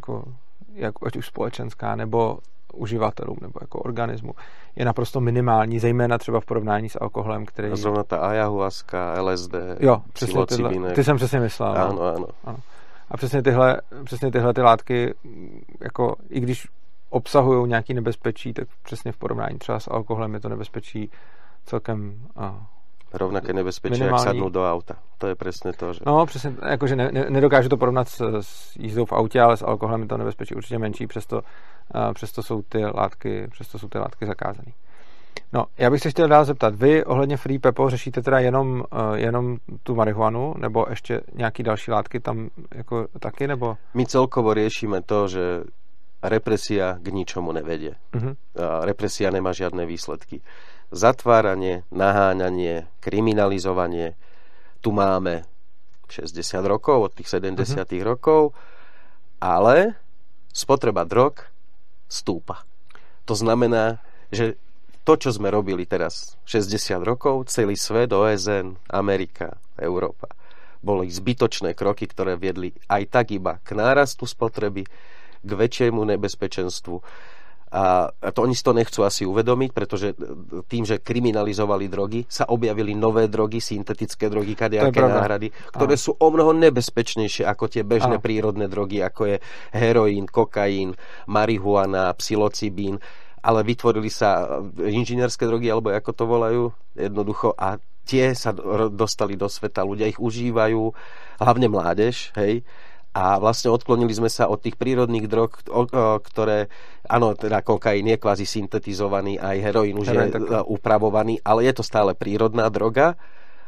jako ať už společenská nebo uživatelům nebo jako organismu je naprosto minimální, zejména třeba v porovnání s alkoholem, který... Zrovna ta ayahuasca, LSD, psilocibinek. Ty jsem přesně myslel. Ano. A přesně tyhle ty látky, jako i když obsahují nějaký nebezpečí, tak přesně v porovnání třeba s alkoholem je to nebezpečí celkem rovnaké nebezpečí, jak sadnout do auta. To je přesně to, že... No, přesně, jakože nedokážu to porovnat s jízdou v autě, ale s alkoholem je to nebezpečí určitě menší, přesto jsou ty látky zakázané. No, já bych se chtěl dál zeptat, vy ohledně Free Pepo řešíte teda jenom tu marihuanu, nebo ještě nějaký další látky tam jako taky, nebo? My celkovo riešime to, že represia k ničomu nevedie. Represia nemá žiadne výsledky. Zatváranie, naháňanie, kriminalizovanie. Tu máme 60 rokov, od tých 70 rokov, ale spotreba drog stúpa. To znamená, že to, čo sme robili teraz 60 rokov, celý svet, OSN, Amerika, Európa, boli zbytočné kroky, ktoré viedli aj tak iba k nárastu spotreby, k väčšiemu nebezpečenstvu. A to oni si to nechcú asi uvedomiť, pretože tým, že kriminalizovali drogy, sa objavili nové drogy, syntetické drogy, kadejaké náhrady, ktoré sú omnoho nebezpečnejšie ako tie bežné prírodné drogy, ako je heroín, kokain, marihuana, psilocibín, ale vytvorili sa inžinierské drogy, alebo ako to volajú, jednoducho, a tie sa dostali do sveta, ľudia ich užívajú, hlavne mládež, hej. A vlastne odklonili sme sa od tých prírodných drog, ktoré, áno, teda kokain je kvázi syntetizovaný, aj heroín už je upravovaný, ale je to stále prírodná droga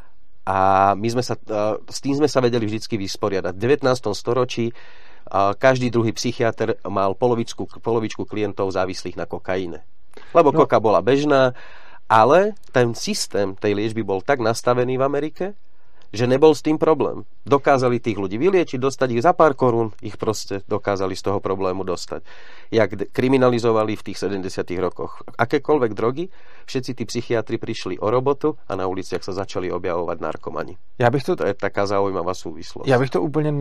a my sme sa, s tým sme sa vedeli vždycky vysporiadať. V 19. storočí každý druhý psychiatr mal polovičku klientov závislých na kokaine. Lebo koka bola bežná, ale ten systém tej liečby bol tak nastavený v Amerike, že nebol s tým problém. Dokázali tých ľudí vyliečiť, dostať ich za pár korún, ich proste dokázali z toho problému dostať. Jak kriminalizovali v tých 70 rokoch akékoľvek drogy, všetci tí psychiatri prišli o robotu a na uliciach sa začali objavovať narkomani. To je taká zaujímavá súvislosť. Já bych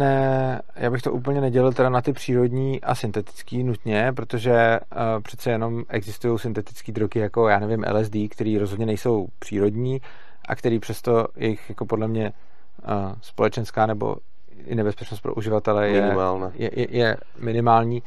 to úplně nedělil teda na ty přírodní a syntetický nutně, protože přece jenom existují syntetické drogy jako, já nevím, LSD, které rozhodně nejsou přírodní, a který přesto jejich jako podle mě společenská nebo i nebezpečnost pro uživatele je minimální.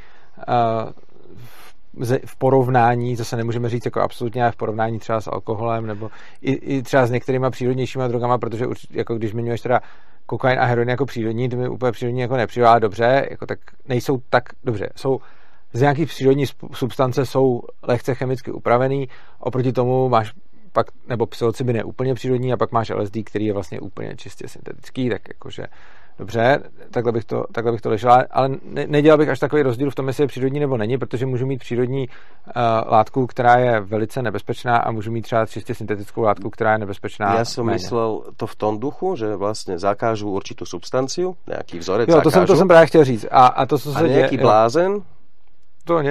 V porovnání, zase nemůžeme říct jako absolutně, ale v porovnání třeba s alkoholem nebo i třeba s některýma přírodnějšíma drogama, protože jako když zmiňuješ teda kokain a heroin jako přírodní, to mi úplně přírodní jako nepřijde, ale dobře, jako tak nejsou tak dobře. Jsou z nějakých přírodní substance jsou lehce chemicky upravený, oproti tomu máš pak, nebo psilocybin je úplně přírodní a pak máš LSD, který je vlastně úplně čistě syntetický, tak jakože dobře, takhle bych to lišil, ale nedělal bych až takový rozdíl v tom, jestli je přírodní nebo není, protože můžu mít přírodní látku, která je velice nebezpečná a můžu mít třeba čistě syntetickou látku, která je nebezpečná. Ja som myslel to v tom duchu, že vlastně zakážu určitou substanciu, nějaký vzorec jo, zakážu. To jsem právě chtěl říct. A to, co se děje... nejaký blázen to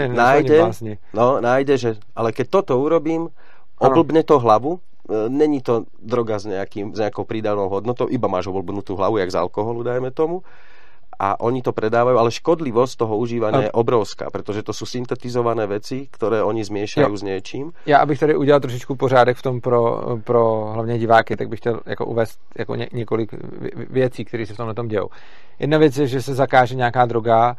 nájde, že ale keď toto urobím, oblbne to hlavu, není to droga s nejakou prídavnou hodnotou, iba máš oblbnutú hlavu, jak z alkoholu, dajme tomu, a oni to predávajú, ale škodlivosť toho užívania je obrovská, pretože to sú syntetizované veci, ktoré oni zmiešajú s něčím. Já, abych tady udělal trošičku pořádek v tom pro hlavně diváky, tak bych chtěl jako uvést jako několik věcí, které se v tomhle tom dějou. Jedna věc je, že se zakáže nějaká droga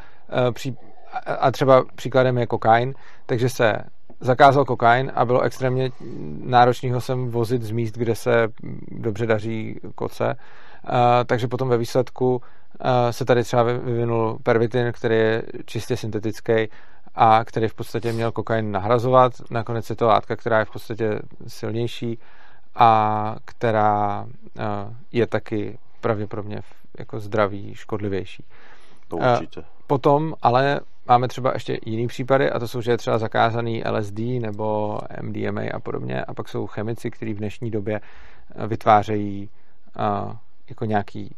a třeba příkladem je kokain, takže se zakázal kokain a bylo extrémně náročný ho sem vozit z míst, kde se dobře daří koce. Takže potom ve výsledku se tady třeba vyvinul pervitin, který je čistě syntetický a který v podstatě měl kokain nahrazovat. Nakonec je to látka, která je v podstatě silnější a která je taky pravděpodobně jako zdraví škodlivější. To určitě. Potom ale máme třeba ještě jiný případy a to jsou, že je třeba zakázaný LSD nebo MDMA a podobně a pak jsou chemici, kteří v dnešní době vytvářejí jako nějaký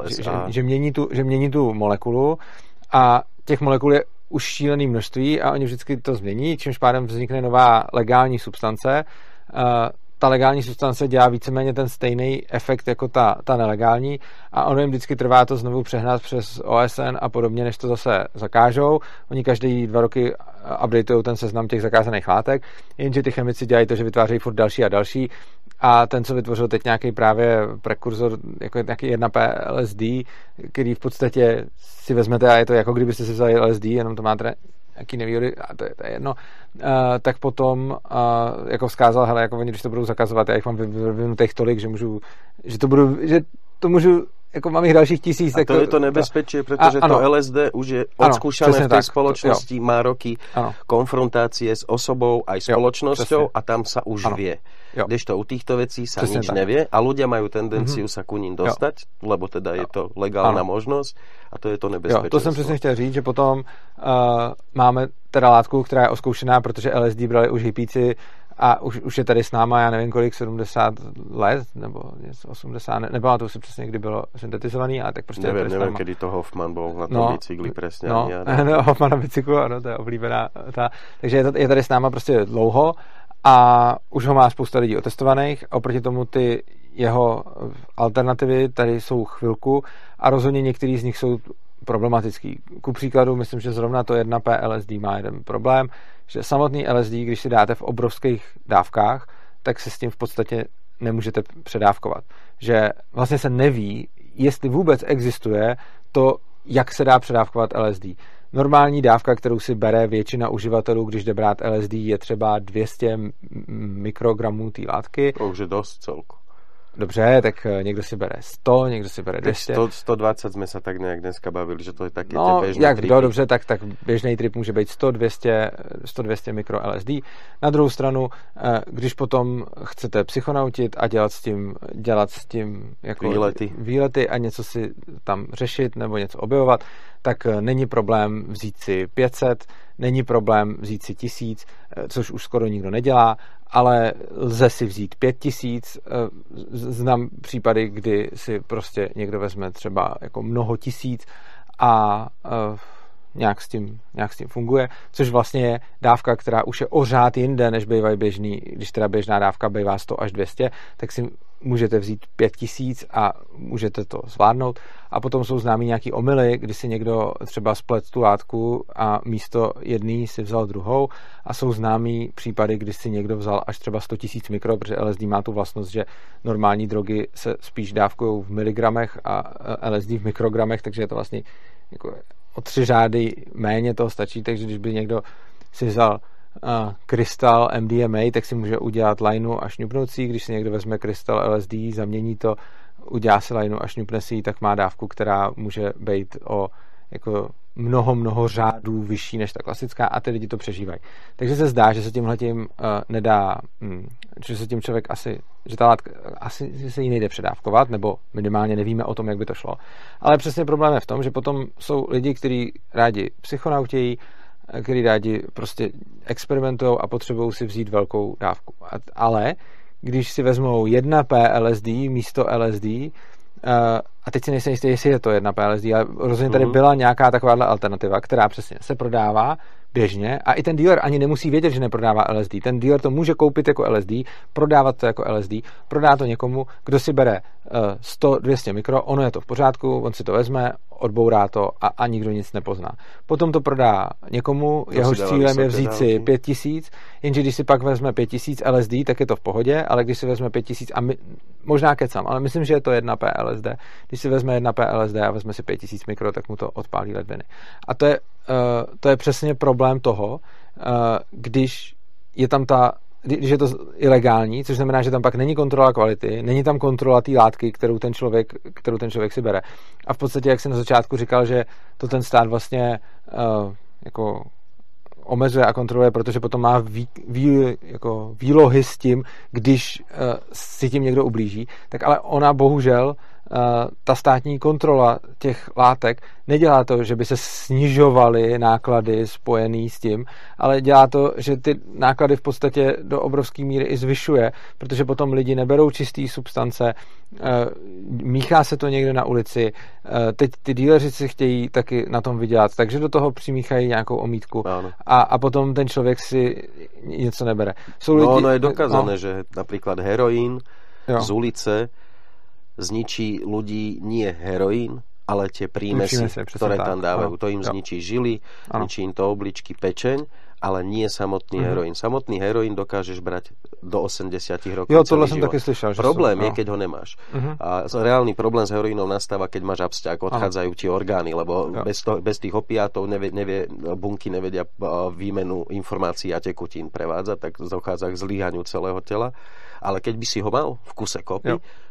že mění tu molekulu a těch molekul je už šílený množství a oni vždycky to změní, čímž pádem vznikne nová legální substance. Ta legální substance dělá víceméně ten stejný efekt jako ta nelegální a ono jim vždycky trvá to znovu přehnat přes OSN a podobně, než to zase zakážou. Oni každý 2 roky updateují ten seznam těch zakázaných látek, jenže ty chemici dělají to, že vytvářejí furt další a další a ten, co vytvořil teď nějaký právě prekurzor, jako nějaký 1P LSD, který v podstatě si vezmete a je to jako kdybyste si vzali LSD, jenom to máte jaký nevýhody, a to je jedno, tak potom jako vzkázal, hele, jako oni, když to budou zakazovat, já jich mám vyvinutých tolik, že to můžu jako mám jich dalších 1000. A to je to nebezpečí, protože to LSD už je odskúšané v tej spoločnosti, má roky konfrontácie s osobou aj spoločnosťou a tam sa už vie. Kdežto u týchto vecí sa nič nevie a ľudia majú tendenciu sa ku ním dostať, lebo teda je to legálna možnosť a to je to nebezpečenstvo. To jsem přesně chtěl říct, že potom máme teda látku, která je oskoušená, protože LSD brali už hippíci a už je tady s náma, já nevím kolik, 70 let, nebo 80, nepamatuju si přesně, kdy bylo syntetizovaný, ale tak prostě nevím, kdy to Hoffman byl na tom bicykli přesně. Hoffman na bicyklu, ano, to je oblíbená takže je tady s náma prostě dlouho a už ho má spousta lidí otestovaných a oproti tomu ty jeho alternativy tady jsou chvilku a rozhodně některý z nich jsou problematický. Ku příkladu, myslím, že zrovna to 1P LSD má jeden problém, že samotný LSD, když si dáte v obrovských dávkách, tak se s tím v podstatě nemůžete předávkovat. Že vlastně se neví, jestli vůbec existuje to, jak se dá předávkovat LSD. Normální dávka, kterou si bere většina uživatelů, když jde brát LSD, je třeba 200 mikrogramů té látky. To už je dost celku. Dobře, tak někdo si bere 100, někdo si bere 200. 120 jsme se tak nějak dneska bavili, že to je taky běžný jak trip. Dobře, tak běžný trip může být 100-200 mikro LSD. Na druhou stranu, když potom chcete psychonautit a dělat s tím jako výlety a něco si tam řešit nebo něco objevovat, tak není problém vzít si 500, není problém vzít si 1000, což už skoro nikdo nedělá, ale lze si vzít 5000. Znám případy, kdy si prostě někdo vezme třeba jako mnoho tisíc a nějak s tím funguje, což vlastně je dávka, která už je o řád jinde, než bývají běžný, když teda běžná dávka bývá 100 až 200, tak si můžete vzít 5000 a můžete to zvládnout. A potom jsou známý nějaký omyly, kdy si někdo třeba splet tu látku a místo jedný si vzal druhou a jsou známý případy, kdy si někdo vzal až třeba 100 000 mikro, protože LSD má tu vlastnost, že normální drogy se spíš dávkují v miligramech a LSD v mikrogramech, takže je to vlastně jako o 3 řády méně toho stačí, takže když by někdo si vzal krystal MDMA, tak si může udělat lajnu a šňupnout si, když si někdo vezme krystal LSD, zamění to, udělá si lajnu a šňupne si, tak má dávku, která může být o jako mnoho řádů vyšší než ta klasická a ty lidi to přežívají. Takže se zdá, že se tímhletím nedá, že se tím člověk že ta látka asi se jí nejde předávkovat, nebo minimálně nevíme o tom, jak by to šlo. Ale přesně problém je v tom, že potom jsou lidi, kteří rádi psychonautějí, který rádi prostě experimentují a potřebují si vzít velkou dávku. Ale když si vezmou 1P LSD místo LSD, a teď si nejsem jistý, jestli je to 1P LSD, ale rozhodně tady byla nějaká takováhle alternativa, která přesně se prodává běžně a i ten dealer ani nemusí vědět, že neprodává LSD. Ten dealer to může koupit jako LSD, prodávat to jako LSD, prodá to někomu, kdo si bere 100-200 mikro, ono je to v pořádku, on si to vezme, odbourá to a nikdo nic nepozná. Potom to prodá někomu, jehož cílem je vzít si 5000, jenže když si pak vezme 5000 LSD, tak je to v pohodě, ale když si vezme 5000 možná kecám, ale myslím, že je to 1P LSD. Když si vezme 1P LSD a vezme si 5000 mikro, tak mu to odpálí ledviny. A to je přesně problém toho, když je tam když je to ilegální, což znamená, že tam pak není kontrola kvality, není tam kontrola té látky, kterou ten člověk si bere. A v podstatě, jak jsem na začátku říkal, že to ten stát vlastně jako omezuje a kontroluje, protože potom má výlohy s tím, když si tím někdo ublíží, tak ale ona bohužel ta státní kontrola těch látek nedělá to, že by se snižovaly náklady spojený s tím, ale dělá to, že ty náklady v podstatě do obrovské míry i zvyšuje, protože potom lidi neberou čistý substance, míchá se to někde na ulici, teď ty díleři si chtějí taky na tom vydělat, takže do toho přimíchají nějakou omítku a potom ten člověk si něco nebere. Ono je dokázané, že například heroín z ulice zničí ľudí nie heroín, ale tie prímesy, ktoré tam dávajú. To im zničí žily, zničí im to obličky, pečeň, ale nie samotný heroín. Samotný heroín dokážeš brať do 80 rokov. Jo, tohle som taky slyšel. Problém je, keď ho nemáš. A reálny problém s heroínom nastáva, keď máš absťák, odchádzajú ti orgány, lebo bez tých opiátov bunky nevedia výmenu informácií a tekutín prevádzať, tak dochádza k zlyhaniu celého tela. Ale keď by si ho mal v kuse kopy,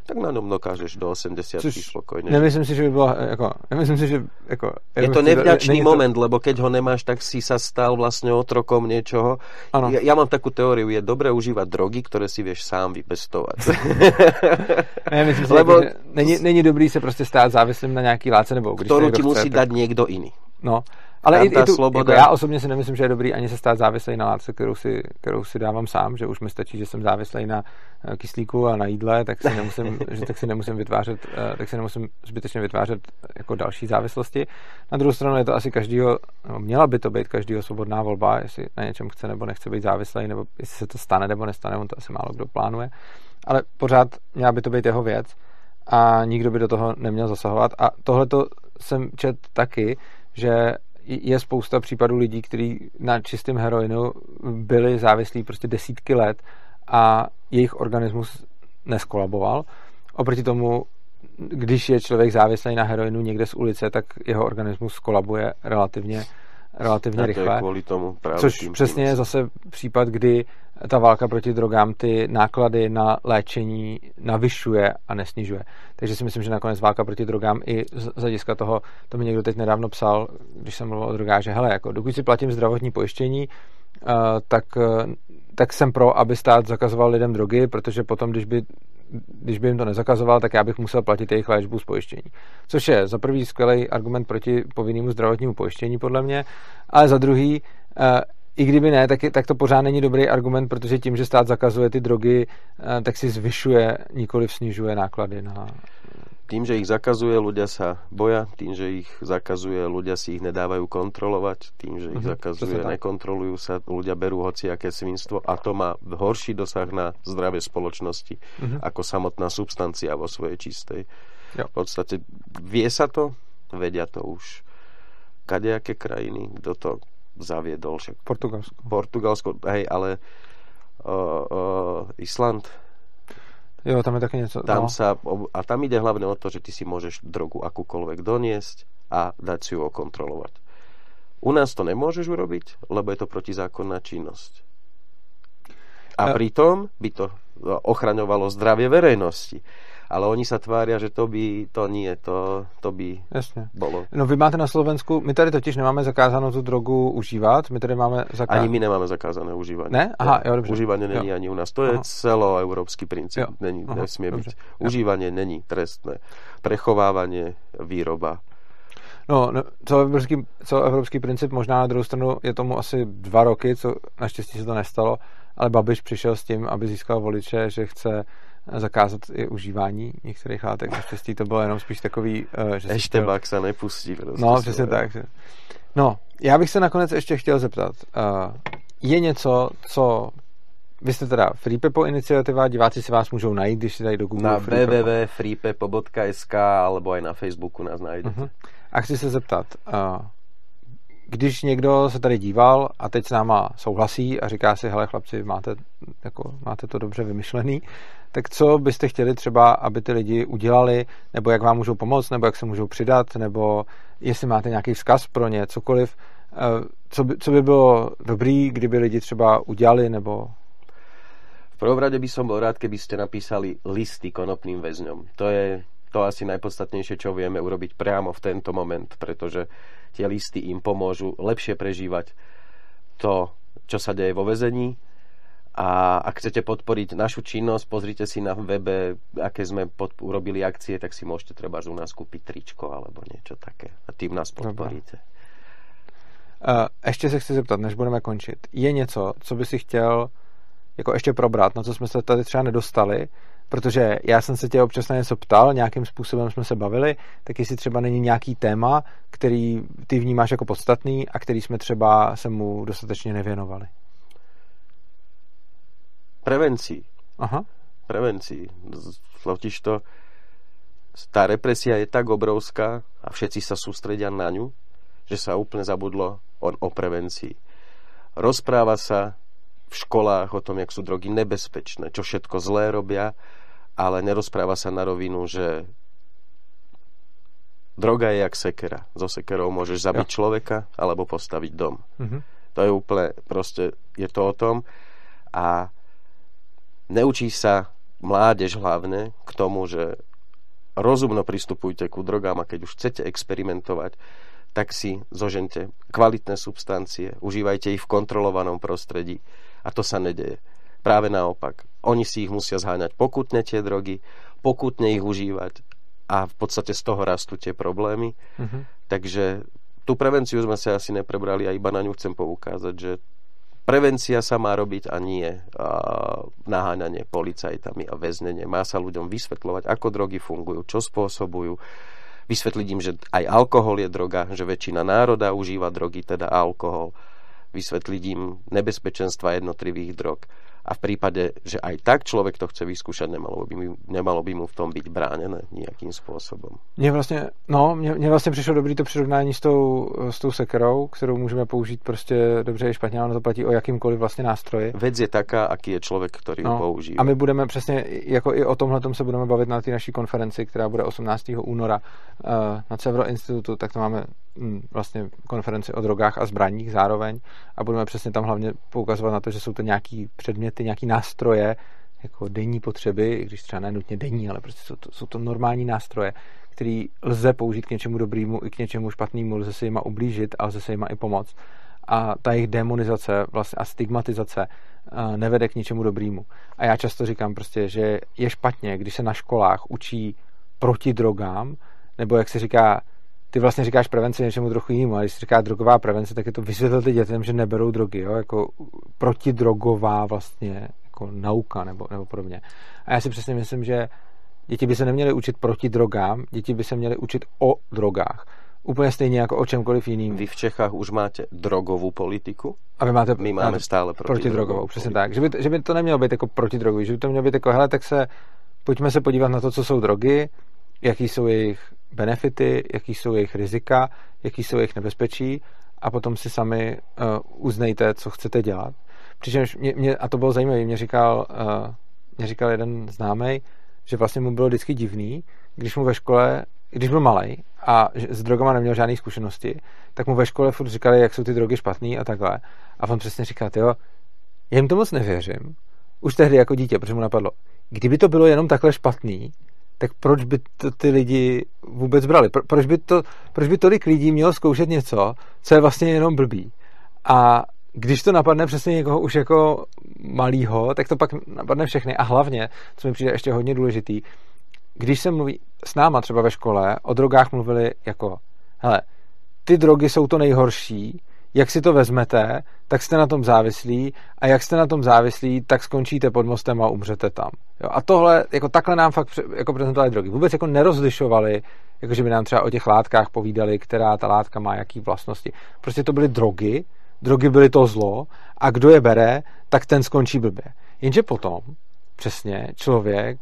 tak na ňom dokážeš do 80 spokojne. Nemyslím si, že by bylo, nemyslím si, že je to nevďačný moment, lebo keď ho nemáš, tak si sa stal vlastne otrokom niečoho. Ja mám takú teóriu, je dobré užívať drogy, ktoré si vieš sám vypestovať. Myslím si, lebo že není dobrý se prostě stát závislým na nějaký látce, nebo když ktorú ti musí dať niekto iný. No, ale jako já osobně si nemyslím, že je dobrý ani se stát závislý na látce, kterou si dávám sám, že už mi stačí, že jsem závislý na kyslíku a na jídle, tak si nemusím zbytečně vytvářet jako další závislosti. Na druhou stranu je to asi měla by to být každýho svobodná volba, jestli na něčem chce nebo nechce být závislý, nebo jestli se to stane nebo nestane, on to asi málo kdo plánuje. Ale pořád měla by to být jeho věc a nikdo by do toho neměl zasahovat. A tohleto jsem četl taky, že je spousta případů lidí, kteří na čistém heroinu byli závislí prostě desítky let a jejich organismus neskolaboval. Oproti tomu, když je člověk závislý na heroinu někde z ulice, tak jeho organismus skolabuje relativně rychle. Kvůli tomu právě což přesně je zase případ, kdy ta válka proti drogám ty náklady na léčení navyšuje a nesnižuje. Takže si myslím, že nakonec válka proti drogám i z hlediska toho, to mi někdo teď nedávno psal, když jsem mluvil o drogách, že hele, jako dokud si platím zdravotní pojištění, tak jsem pro, aby stát zakazoval lidem drogy, protože potom, když by jim to nezakazoval, tak já bych musel platit jejich léčbu z pojištění. Což je za prvý skvělý argument proti povinnému zdravotnímu pojištění, podle mě, ale za druhý, i kdyby ne, tak to pořád není dobrý argument, protože tím, že stát zakazuje ty drogy, tak si zvyšuje, nikoliv snižuje náklady na... Tým, že ich zakazuje, ľudia sa boja. Tým, že ich zakazuje, ľudia si ich nedávajú kontrolovať. Tým, že ich zakazuje, nekontrolujú sa, ľudia berú hociaké svinstvo a to má horší dosah na zdravie spoločnosti ako samotná substancia vo svojej čistej. Jo. V podstate vie sa to, vedia to už kadejaké krajiny, kto to zaviedol. Portugalsko, hej, ale Island. Jo, tam je taky něco. A tam ide hlavne o to, že ty si môžeš drogu akúkoľvek doniesť a dať si ju okontrolovať. U nás to nemôžeš urobiť, lebo je to protizákonná činnosť. A pritom by to ochraňovalo zdravie verejnosti. Ale oni sa tvária, že to by Jasně. bolo. No vy máte na Slovensku, my tady totiž nemáme zakázanou tu drogu užívat, my tady máme Ani my nemáme zakázané užívanie. Ne? Aha, jo, dobře. Užívanie není ani u nás. To je celoeurópsky princíp. Nesmie byť. Užívanie není trestné. Prechovávanie, výroba. No, celoevropský princip, možná na druhou stranu je tomu asi 2 roky, co naštěstí se to nestalo, ale Babiš přišel s tím, aby získal voliče, že chce zakázat i užívání některých látek. Naštěstí to bylo jenom spíš takový... Eštebák se nepustí. No, přesně tak. No, já bych se nakonec ještě chtěl zeptat. Je něco, co... Vy jste teda FreePepo iniciativa, diváci si vás můžou najít, když si dají do Google na www.freepepo.sk alebo aj na Facebooku nás najdete. A chci se zeptat, když někdo se tady díval a teď s náma souhlasí a říká si, hele chlapci, máte to dobře vymyšlený, tak co byste chtěli třeba, aby ty lidi udělali, nebo jak vám můžou pomoct, nebo jak se můžou přidat, nebo jestli máte nějaký vzkaz pro ně, cokoliv, co by bylo dobrý, kdyby lidi třeba udělali, nebo... V prvom rade by som bol rád, keby ste napísali listy konopným väzňom. To je to asi najpodstatnejšie, čo vieme urobiť priamo v tento moment, pretože tie listy im pomôžu lepšie prežívať to, čo sa deje vo väzení. A ak chcete podporiť našu činnosť, pozrite si na webe, aké sme urobili akcie, tak si môžete treba u nás kúpiť tričko alebo niečo také. A tým nás podporíte. Ještě se chci zeptat, než budeme končit. Je něco, co by si chtěl jako ještě probrat, na co jsme se tady třeba nedostali, protože já jsem se tě občas na něco ptal, nějakým způsobem jsme se bavili, tak jestli třeba není nějaký téma, který ty vnímáš jako podstatný a který jsme třeba se mu dostatečně nevěnovali. Prevencii. Totižto tá represia je tak obrovská a všetci sa sústredia na ňu, že sa úplne zabudlo o prevencii. Rozpráva sa v školách o tom, jak sú drogy nebezpečné, čo všetko zlé robia, ale nerozpráva sa na rovinu, že droga je jak sekera. So sekerou môžeš zabiť človeka alebo postaviť dom. To je úplne, proste je to o tom a neučí sa mládež hlavne k tomu, že rozumno pristupujte ku drogám a keď už chcete experimentovať, tak si zožente kvalitné substancie, užívajte ich v kontrolovanom prostredí a to sa nedeje. Práve naopak. Oni si ich musia zháňať pokutne tie drogy, pokutne ich užívať a v podstate z toho rastú tie problémy. Takže tú prevenciu sme sa asi neprebrali a iba na ňu chcem poukázať, že prevencia sa má robiť a nie naháňanie policajtami a väznenie. Má sa ľuďom vysvetľovať, ako drogy fungujú, čo spôsobujú. Vysvetliť im, že aj alkohol je droga, že väčšina národa užíva drogy, teda alkohol. Vysvetliť im nebezpečenstva jednotlivých drog. A v prípade, že aj tak človek to chce vyskúšať, nemalo by mu v tom byť bránené nejakým spôsobom. Mně vlastně přišlo dobrý to přirovnání s tou sekerou, kterou můžeme použít prostě dobře i špatně, ono to platí o jakýmkoliv vlastně nástroji. Vec je taká, aký je člověk, který ho používá. A my budeme přesně, jako i o tomhletom se budeme bavit na té naší konferenci, která bude 18. února na Cevro institutu, tak to máme vlastně konferenci o drogách a zbraních zároveň a budeme přesně tam hlavně poukazovat na to, že jsou to nějaký předměty, nějaký nástroje, jako denní potřeby, i když třeba nenutně denní, ale prostě jsou to normální nástroje, který lze použít k něčemu dobrému i k něčemu špatnému, lze se jima ublížit a lze se jima i pomoct. A ta jejich demonizace vlastně a stigmatizace nevede k ničemu dobrému. A já často říkám prostě, že je špatně, když se na školách učí proti drogám, nebo jak se říká, ty vlastně říkáš prevenci něčemu trochu jinému, a když se říká drogová prevence, tak je to vysvětlit dětem, že neberou drogy, jo? Jako protidrogová vlastně jako nauka nebo podobně. A já si přesně myslím, že děti by se neměly učit proti drogám, děti by se měly učit o drogách. Úplně stejně jako o čemkoliv jiným. Vy v Čechách už máte drogovou politiku? A my máme stále protidrogovou. Přesně tak. Že by to nemělo být jako protidrogový, že by to mělo být jako, hele, tak pojďme se podívat na to, co jsou drogy, jaký jsou jejich benefity, jaký jsou jejich rizika, jaký jsou jejich nebezpečí a potom si sami uznejte, co chcete dělat. Přičemž a to bylo zajímavé, mě říkal jeden známej, že vlastně mu bylo vždycky divný, když mu ve škole, když byl malej a s drogama neměl žádné zkušenosti, tak mu ve škole furt říkali, jak jsou ty drogy špatný a takhle. A on přesně říká, jo, já jim to moc nevěřím, už tehdy jako dítě, protože mu napadlo, kdyby to bylo jenom takhle špatný, tak proč by to ty lidi vůbec brali? Proč by tolik lidí mělo zkoušet něco, co je vlastně jenom blbý? A když to napadne přesně někoho už jako malýho, tak to pak napadne všechny. A hlavně, co mi přijde ještě hodně důležitý, když se mluví s náma třeba ve škole, o drogách mluvili jako, hele, ty drogy jsou to nejhorší, jak si to vezmete, tak jste na tom závislí a jak jste na tom závislí, tak skončíte pod mostem a umřete tam. Jo? A tohle, jako takhle nám fakt jako prezentovali drogy. Vůbec jako nerozlišovali, jakože by nám třeba o těch látkách povídali, která ta látka má jaký vlastnosti. Prostě to byly drogy byly to zlo a kdo je bere, tak ten skončí blbě. Jenže potom přesně člověk,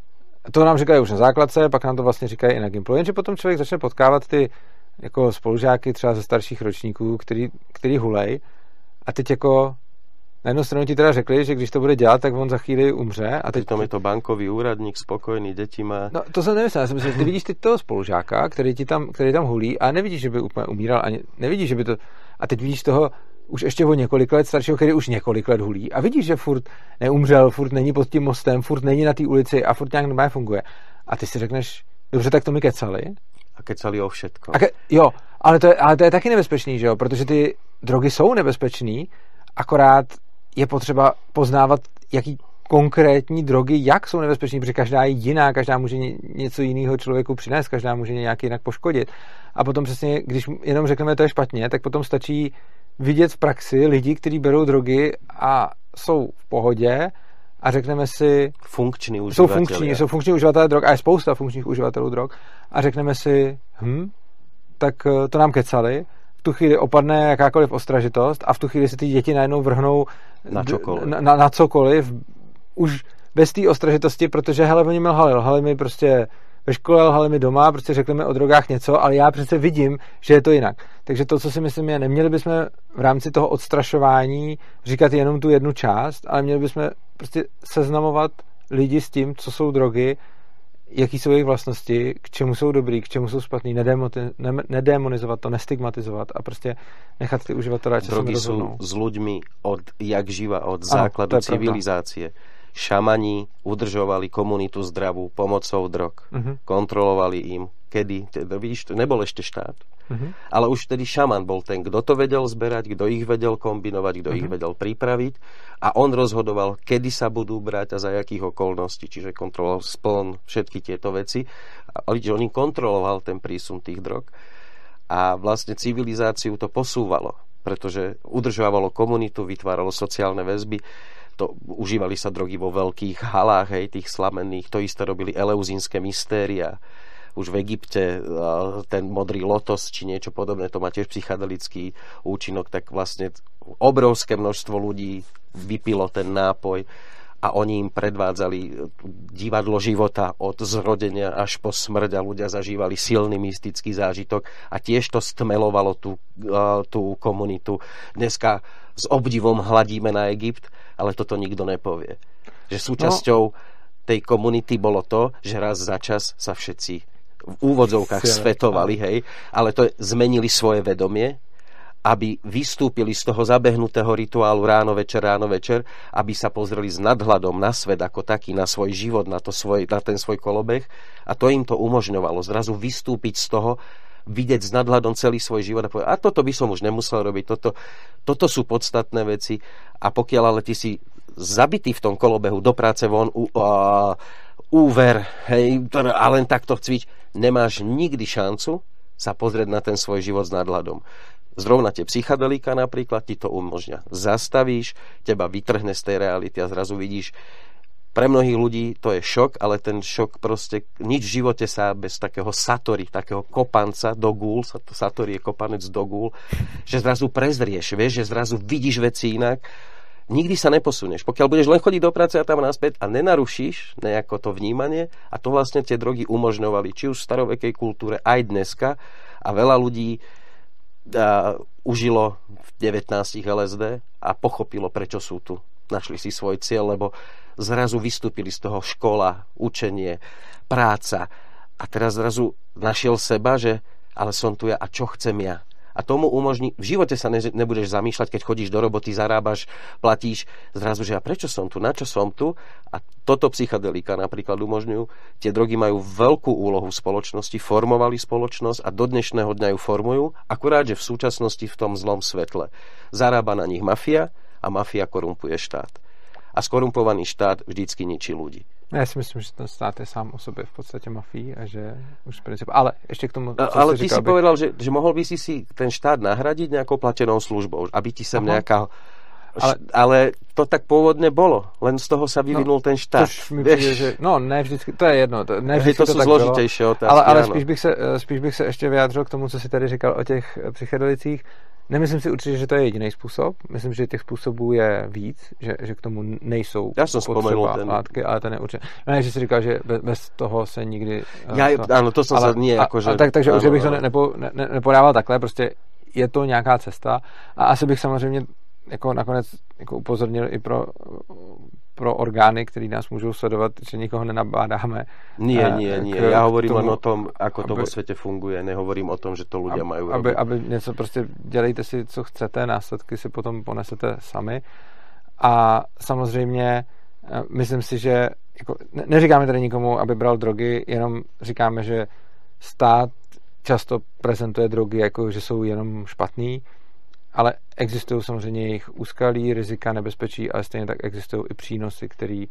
to nám říkají už na základce, pak nám to vlastně říkají i na Gimplu, jenže potom člověk začne potkávat ty jako spolužáky třeba ze starších ročníků, který hulej a teď jako na jednu stranu ti teda řekli, že když to bude dělat, tak on za chvíli umře. A teď tam je to bankový úradník, spokojný, děti má. No to jsem nemyslel, já jsem myslel, že ty vidíš ty toho spolužáka, který tam hulí a nevidíš, že by úplně umíral, ani nevidíš, že by to, a teď vidíš toho už ještě o několik let staršího, který už několik let hulí a vidíš, že furt neumřel, furt není pod tím mostem, furt není na té ulici a furt nějak normálně funguje. A ty si řekneš, dobře, tak to mi kecali. A kecali o všetko. Jo, ale to je taky nebezpečný, že jo, protože ty drogy jsou nebezpečný, akorát je potřeba poznávat, jaký konkrétní drogy, jak jsou nebezpečný, protože každá je jiná, každá může něco jiného člověku přinést, každá může nějak jinak poškodit. A potom přesně, když jenom řekneme, to je špatně, tak potom stačí vidět v praxi lidi, kteří berou drogy a jsou v pohodě a řekneme si... Jsou funkční uživatelé drog a je spousta funkčních uživatelů drog a řekneme si, tak to nám kecali, v tu chvíli opadne jakákoliv ostražitost a v tu chvíli se ty děti najednou vrhnou na cokoliv, už bez té ostražitosti, protože hele, oni mi lhali mi prostě ve škole, lhali mi doma, prostě řekli mi o drogách něco, ale já přece vidím, že je to jinak. Takže to, co si myslím, je, neměli bychom v rámci toho odstrašování říkat jenom tu jednu část, ale měli bychom prostě seznamovat lidi s tím, co jsou drogy, jaký jsou jejich vlastnosti, k čemu jsou dobrý, k čemu jsou špatný, nedemonizovat to, nestigmatizovat a prostě nechat ty uživatele, ať se sami rozhodnou. Drogy sú s ľuďmi od jak živa, od základu civilizácie. šamani udržovali komunitu zdravú pomocou drog. Kontrolovali im, kedy, vidíš, to nebol ešte štát. Ale už vtedy šaman bol ten, kto to vedel zberať, kto ich vedel kombinovať, kto ich vedel pripraviť a on rozhodoval, kedy sa budú brať a za jakých okolností. Čiže kontroloval spln, všetky tieto veci. A on im kontroloval ten prísun tých drog a vlastne civilizáciu to posúvalo, pretože udržovalo komunitu, vytváralo sociálne väzby. Užívali sa drogy vo veľkých halách, hej, tých slamenných. To isté robili eleuzínske mystéria. Už v Egypte ten modrý lotos či niečo podobné, to má tiež psychedelický účinok, tak vlastne obrovské množstvo ľudí vypilo ten nápoj a oni im predvádzali divadlo života od zrodenia až po smrť a ľudia zažívali silný mystický zážitok a tiež to stmelovalo tú komunitu. Dneska s obdivom hladíme na Egypt, ale toto nikto nepovie. Že súčasťou tej komunity bolo to, že raz za čas sa všetci v úvodzovkách svetovali, hej, ale to zmenili svoje vedomie, aby vystúpili z toho zabehnutého rituálu ráno večer, aby sa pozreli s nadhľadom na svet ako taký, na svoj život, na ten svoj kolobeh a to im to umožňovalo zrazu vystúpiť z toho, vidieť s nadhľadom celý svoj život a povedať, a toto by som už nemusel robiť, toto sú podstatné veci a pokiaľ ale ty si zabitý v tom kolobehu, do práce von, úver, hej, a len takto cvič, nemáš nikdy šancu sa pozrieť na ten svoj život s nadhľadom. Zrovna tie psychedelika napríklad ti to umožňa. Zastavíš, teba vytrhne z tej reality a zrazu vidíš, pre mnohých ľudí to je šok, ale ten šok proste, nič v živote sa bez takého satori, takého kopanca do gúl, satori je kopanec do gúl, že zrazu prezrieš, vieš, že zrazu vidíš veci inak. Nikdy sa neposunieš. Pokiaľ budeš len chodiť do práce a tam naspäť a nenarušíš nejako to vnímanie a to vlastne tie drogy umožňovali, či už v starovekej kultúre, aj dneska a veľa ľudí užilo v 19 LSD a pochopilo, prečo sú tu. Našli si svoj cieľ, lebo zrazu vystúpili z toho škola, učenie, práca a teraz zrazu našiel seba, že ale som tu ja a čo chcem ja. A tomu umožní, v živote sa nebudeš zamýšľať, keď chodíš do roboty, zarábaš, platíš, zrazu, že a prečo som tu, na čo som tu? A toto psychedelika napríklad umožňujú. Tie drogy majú veľkú úlohu v spoločnosti, formovali spoločnosť a do dnešného dňa ju formujú, akurát, že v súčasnosti v tom zlom svetle. Zarába na nich mafia a mafia korumpuje štát. A skorumpovaný štát vždycky ničí ľudí. Já si myslím, že ten stát je sám o sobě v podstatě mafií a že už v principu... Ale ještě k tomu... Ale ty si povedal, že mohl by si ten štát nahradiť nejakou platenou službou, aby ti sem nejaká... Ale to tak pôvodne bolo. Len z toho sa vyvinul ten štát. Mi přijde, že... No, ne vždycky, to je jedno. Ne vždycky to sú tak zložitejšie otázky. Ale spíš bych se ještě vyjádřil k tomu, co si tady říkal o těch psychedelicích. Nemyslím si určitě, že to je jediný způsob. Myslím, že těch způsobů je víc, že k tomu nejsou potřeba látky, ale ten je určitě. Ne, že si říkal, že bez toho se nikdy... Ano, to jsem se nie jakože... Takže už bych to nepodával takhle, prostě je to nějaká cesta a asi bych samozřejmě jako nakonec jako upozornil i pro orgány, které nás můžou sledovat, že nikoho nenabádáme. Nie. Ja hovorím len o tom, ako to vo svete funguje. Nehovorím o tom, že to ľudia majú robiť. Aby něco prostě dělejte si, co chcete, následky si potom ponesete sami. A samozřejmě myslím si, že jako, neříkáme tady nikomu, aby bral drogy, jenom říkáme, že stát často prezentuje drogy jako, že jsou jenom špatný, ale existují samozřejmě jejich úskalí, rizika, nebezpečí, ale stejně tak existují i přínosy,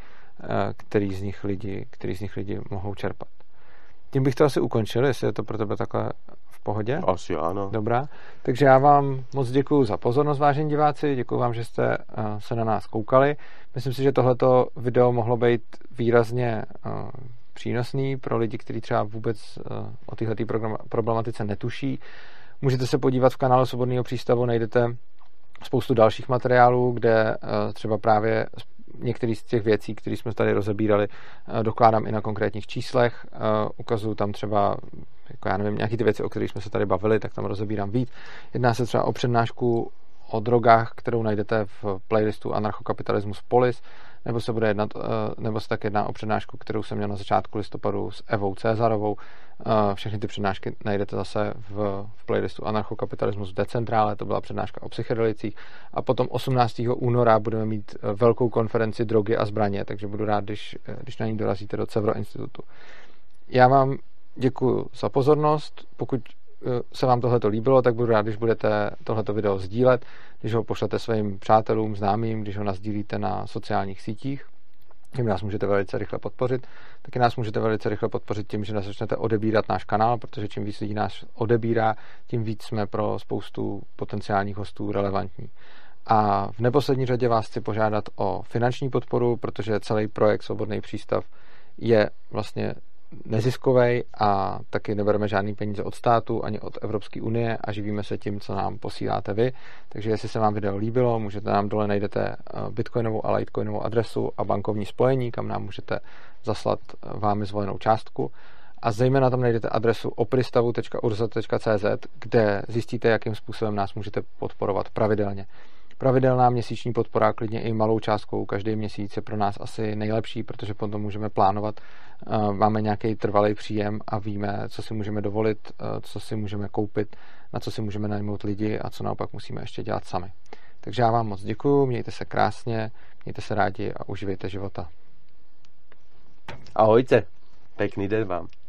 který z nich lidi mohou čerpat. Tím bych to asi ukončil, jestli je to pro tebe takhle v pohodě. Asi ano. Dobrá. Takže já vám moc děkuju za pozornost, vážení diváci, děkuju vám, že jste se na nás koukali. Myslím si, že tohleto video mohlo být výrazně přínosný pro lidi, kteří třeba vůbec o téhleté problematice netuší. Můžete se podívat v kanálu Svobodného přístavu, najdete spoustu dalších materiálů, kde třeba právě některé z těch věcí, které jsme tady rozebírali, dokládám i na konkrétních číslech. Ukazuju tam třeba, jako já nevím, nějaké ty věci, o kterých jsme se tady bavili, tak tam rozebírám víc. Jedná se třeba o přednášku o drogách, kterou najdete v playlistu Anarchokapitalismus Polis, nebo se tak jedná o přednášku, kterou jsem měl na začátku listopadu s Evou Cezarovou, Všechny ty přednášky najdete zase v playlistu Anarchokapitalismus v decentrále, to byla přednáška o psychedelicích. A potom 18. února budeme mít velkou konferenci Drogy a zbraně, takže budu rád, když na ní dorazíte do Cevro institutu. Já vám děkuji za pozornost. Pokud se vám tohleto líbilo, tak budu rád, když budete tohleto video sdílet, když ho pošlete svým přátelům, známým, když ho nasdílíte na sociálních sítích. Tím nás můžete velice rychle podpořit. Taky nás můžete velice rychle podpořit tím, že začnete odebírat náš kanál, protože čím víc lidí nás odebírá, tím víc jsme pro spoustu potenciálních hostů relevantní. A v neposlední řadě vás chci požádat o finanční podporu, protože celý projekt Svobodný přístav je vlastně neziskovej a taky nebereme žádný peníze od státu ani od Evropské unie a živíme se tím, co nám posíláte vy. Takže jestli se vám video líbilo, můžete nám dole najdete bitcoinovou a litecoinovou adresu a bankovní spojení, kam nám můžete zaslat vámi zvolenou částku. A zejména tam najdete adresu opristavu.urza.cz, kde zjistíte, jakým způsobem nás můžete podporovat pravidelně. Pravidelná měsíční podpora, klidně i malou částkou každý měsíc, je pro nás asi nejlepší, protože potom můžeme plánovat, máme nějaký trvalý příjem a víme, co si můžeme dovolit, co si můžeme koupit, na co si můžeme najmout lidi a co naopak musíme ještě dělat sami. Takže já vám moc děkuju, mějte se krásně, mějte se rádi a uživejte života. Ahojte, pekný den vám.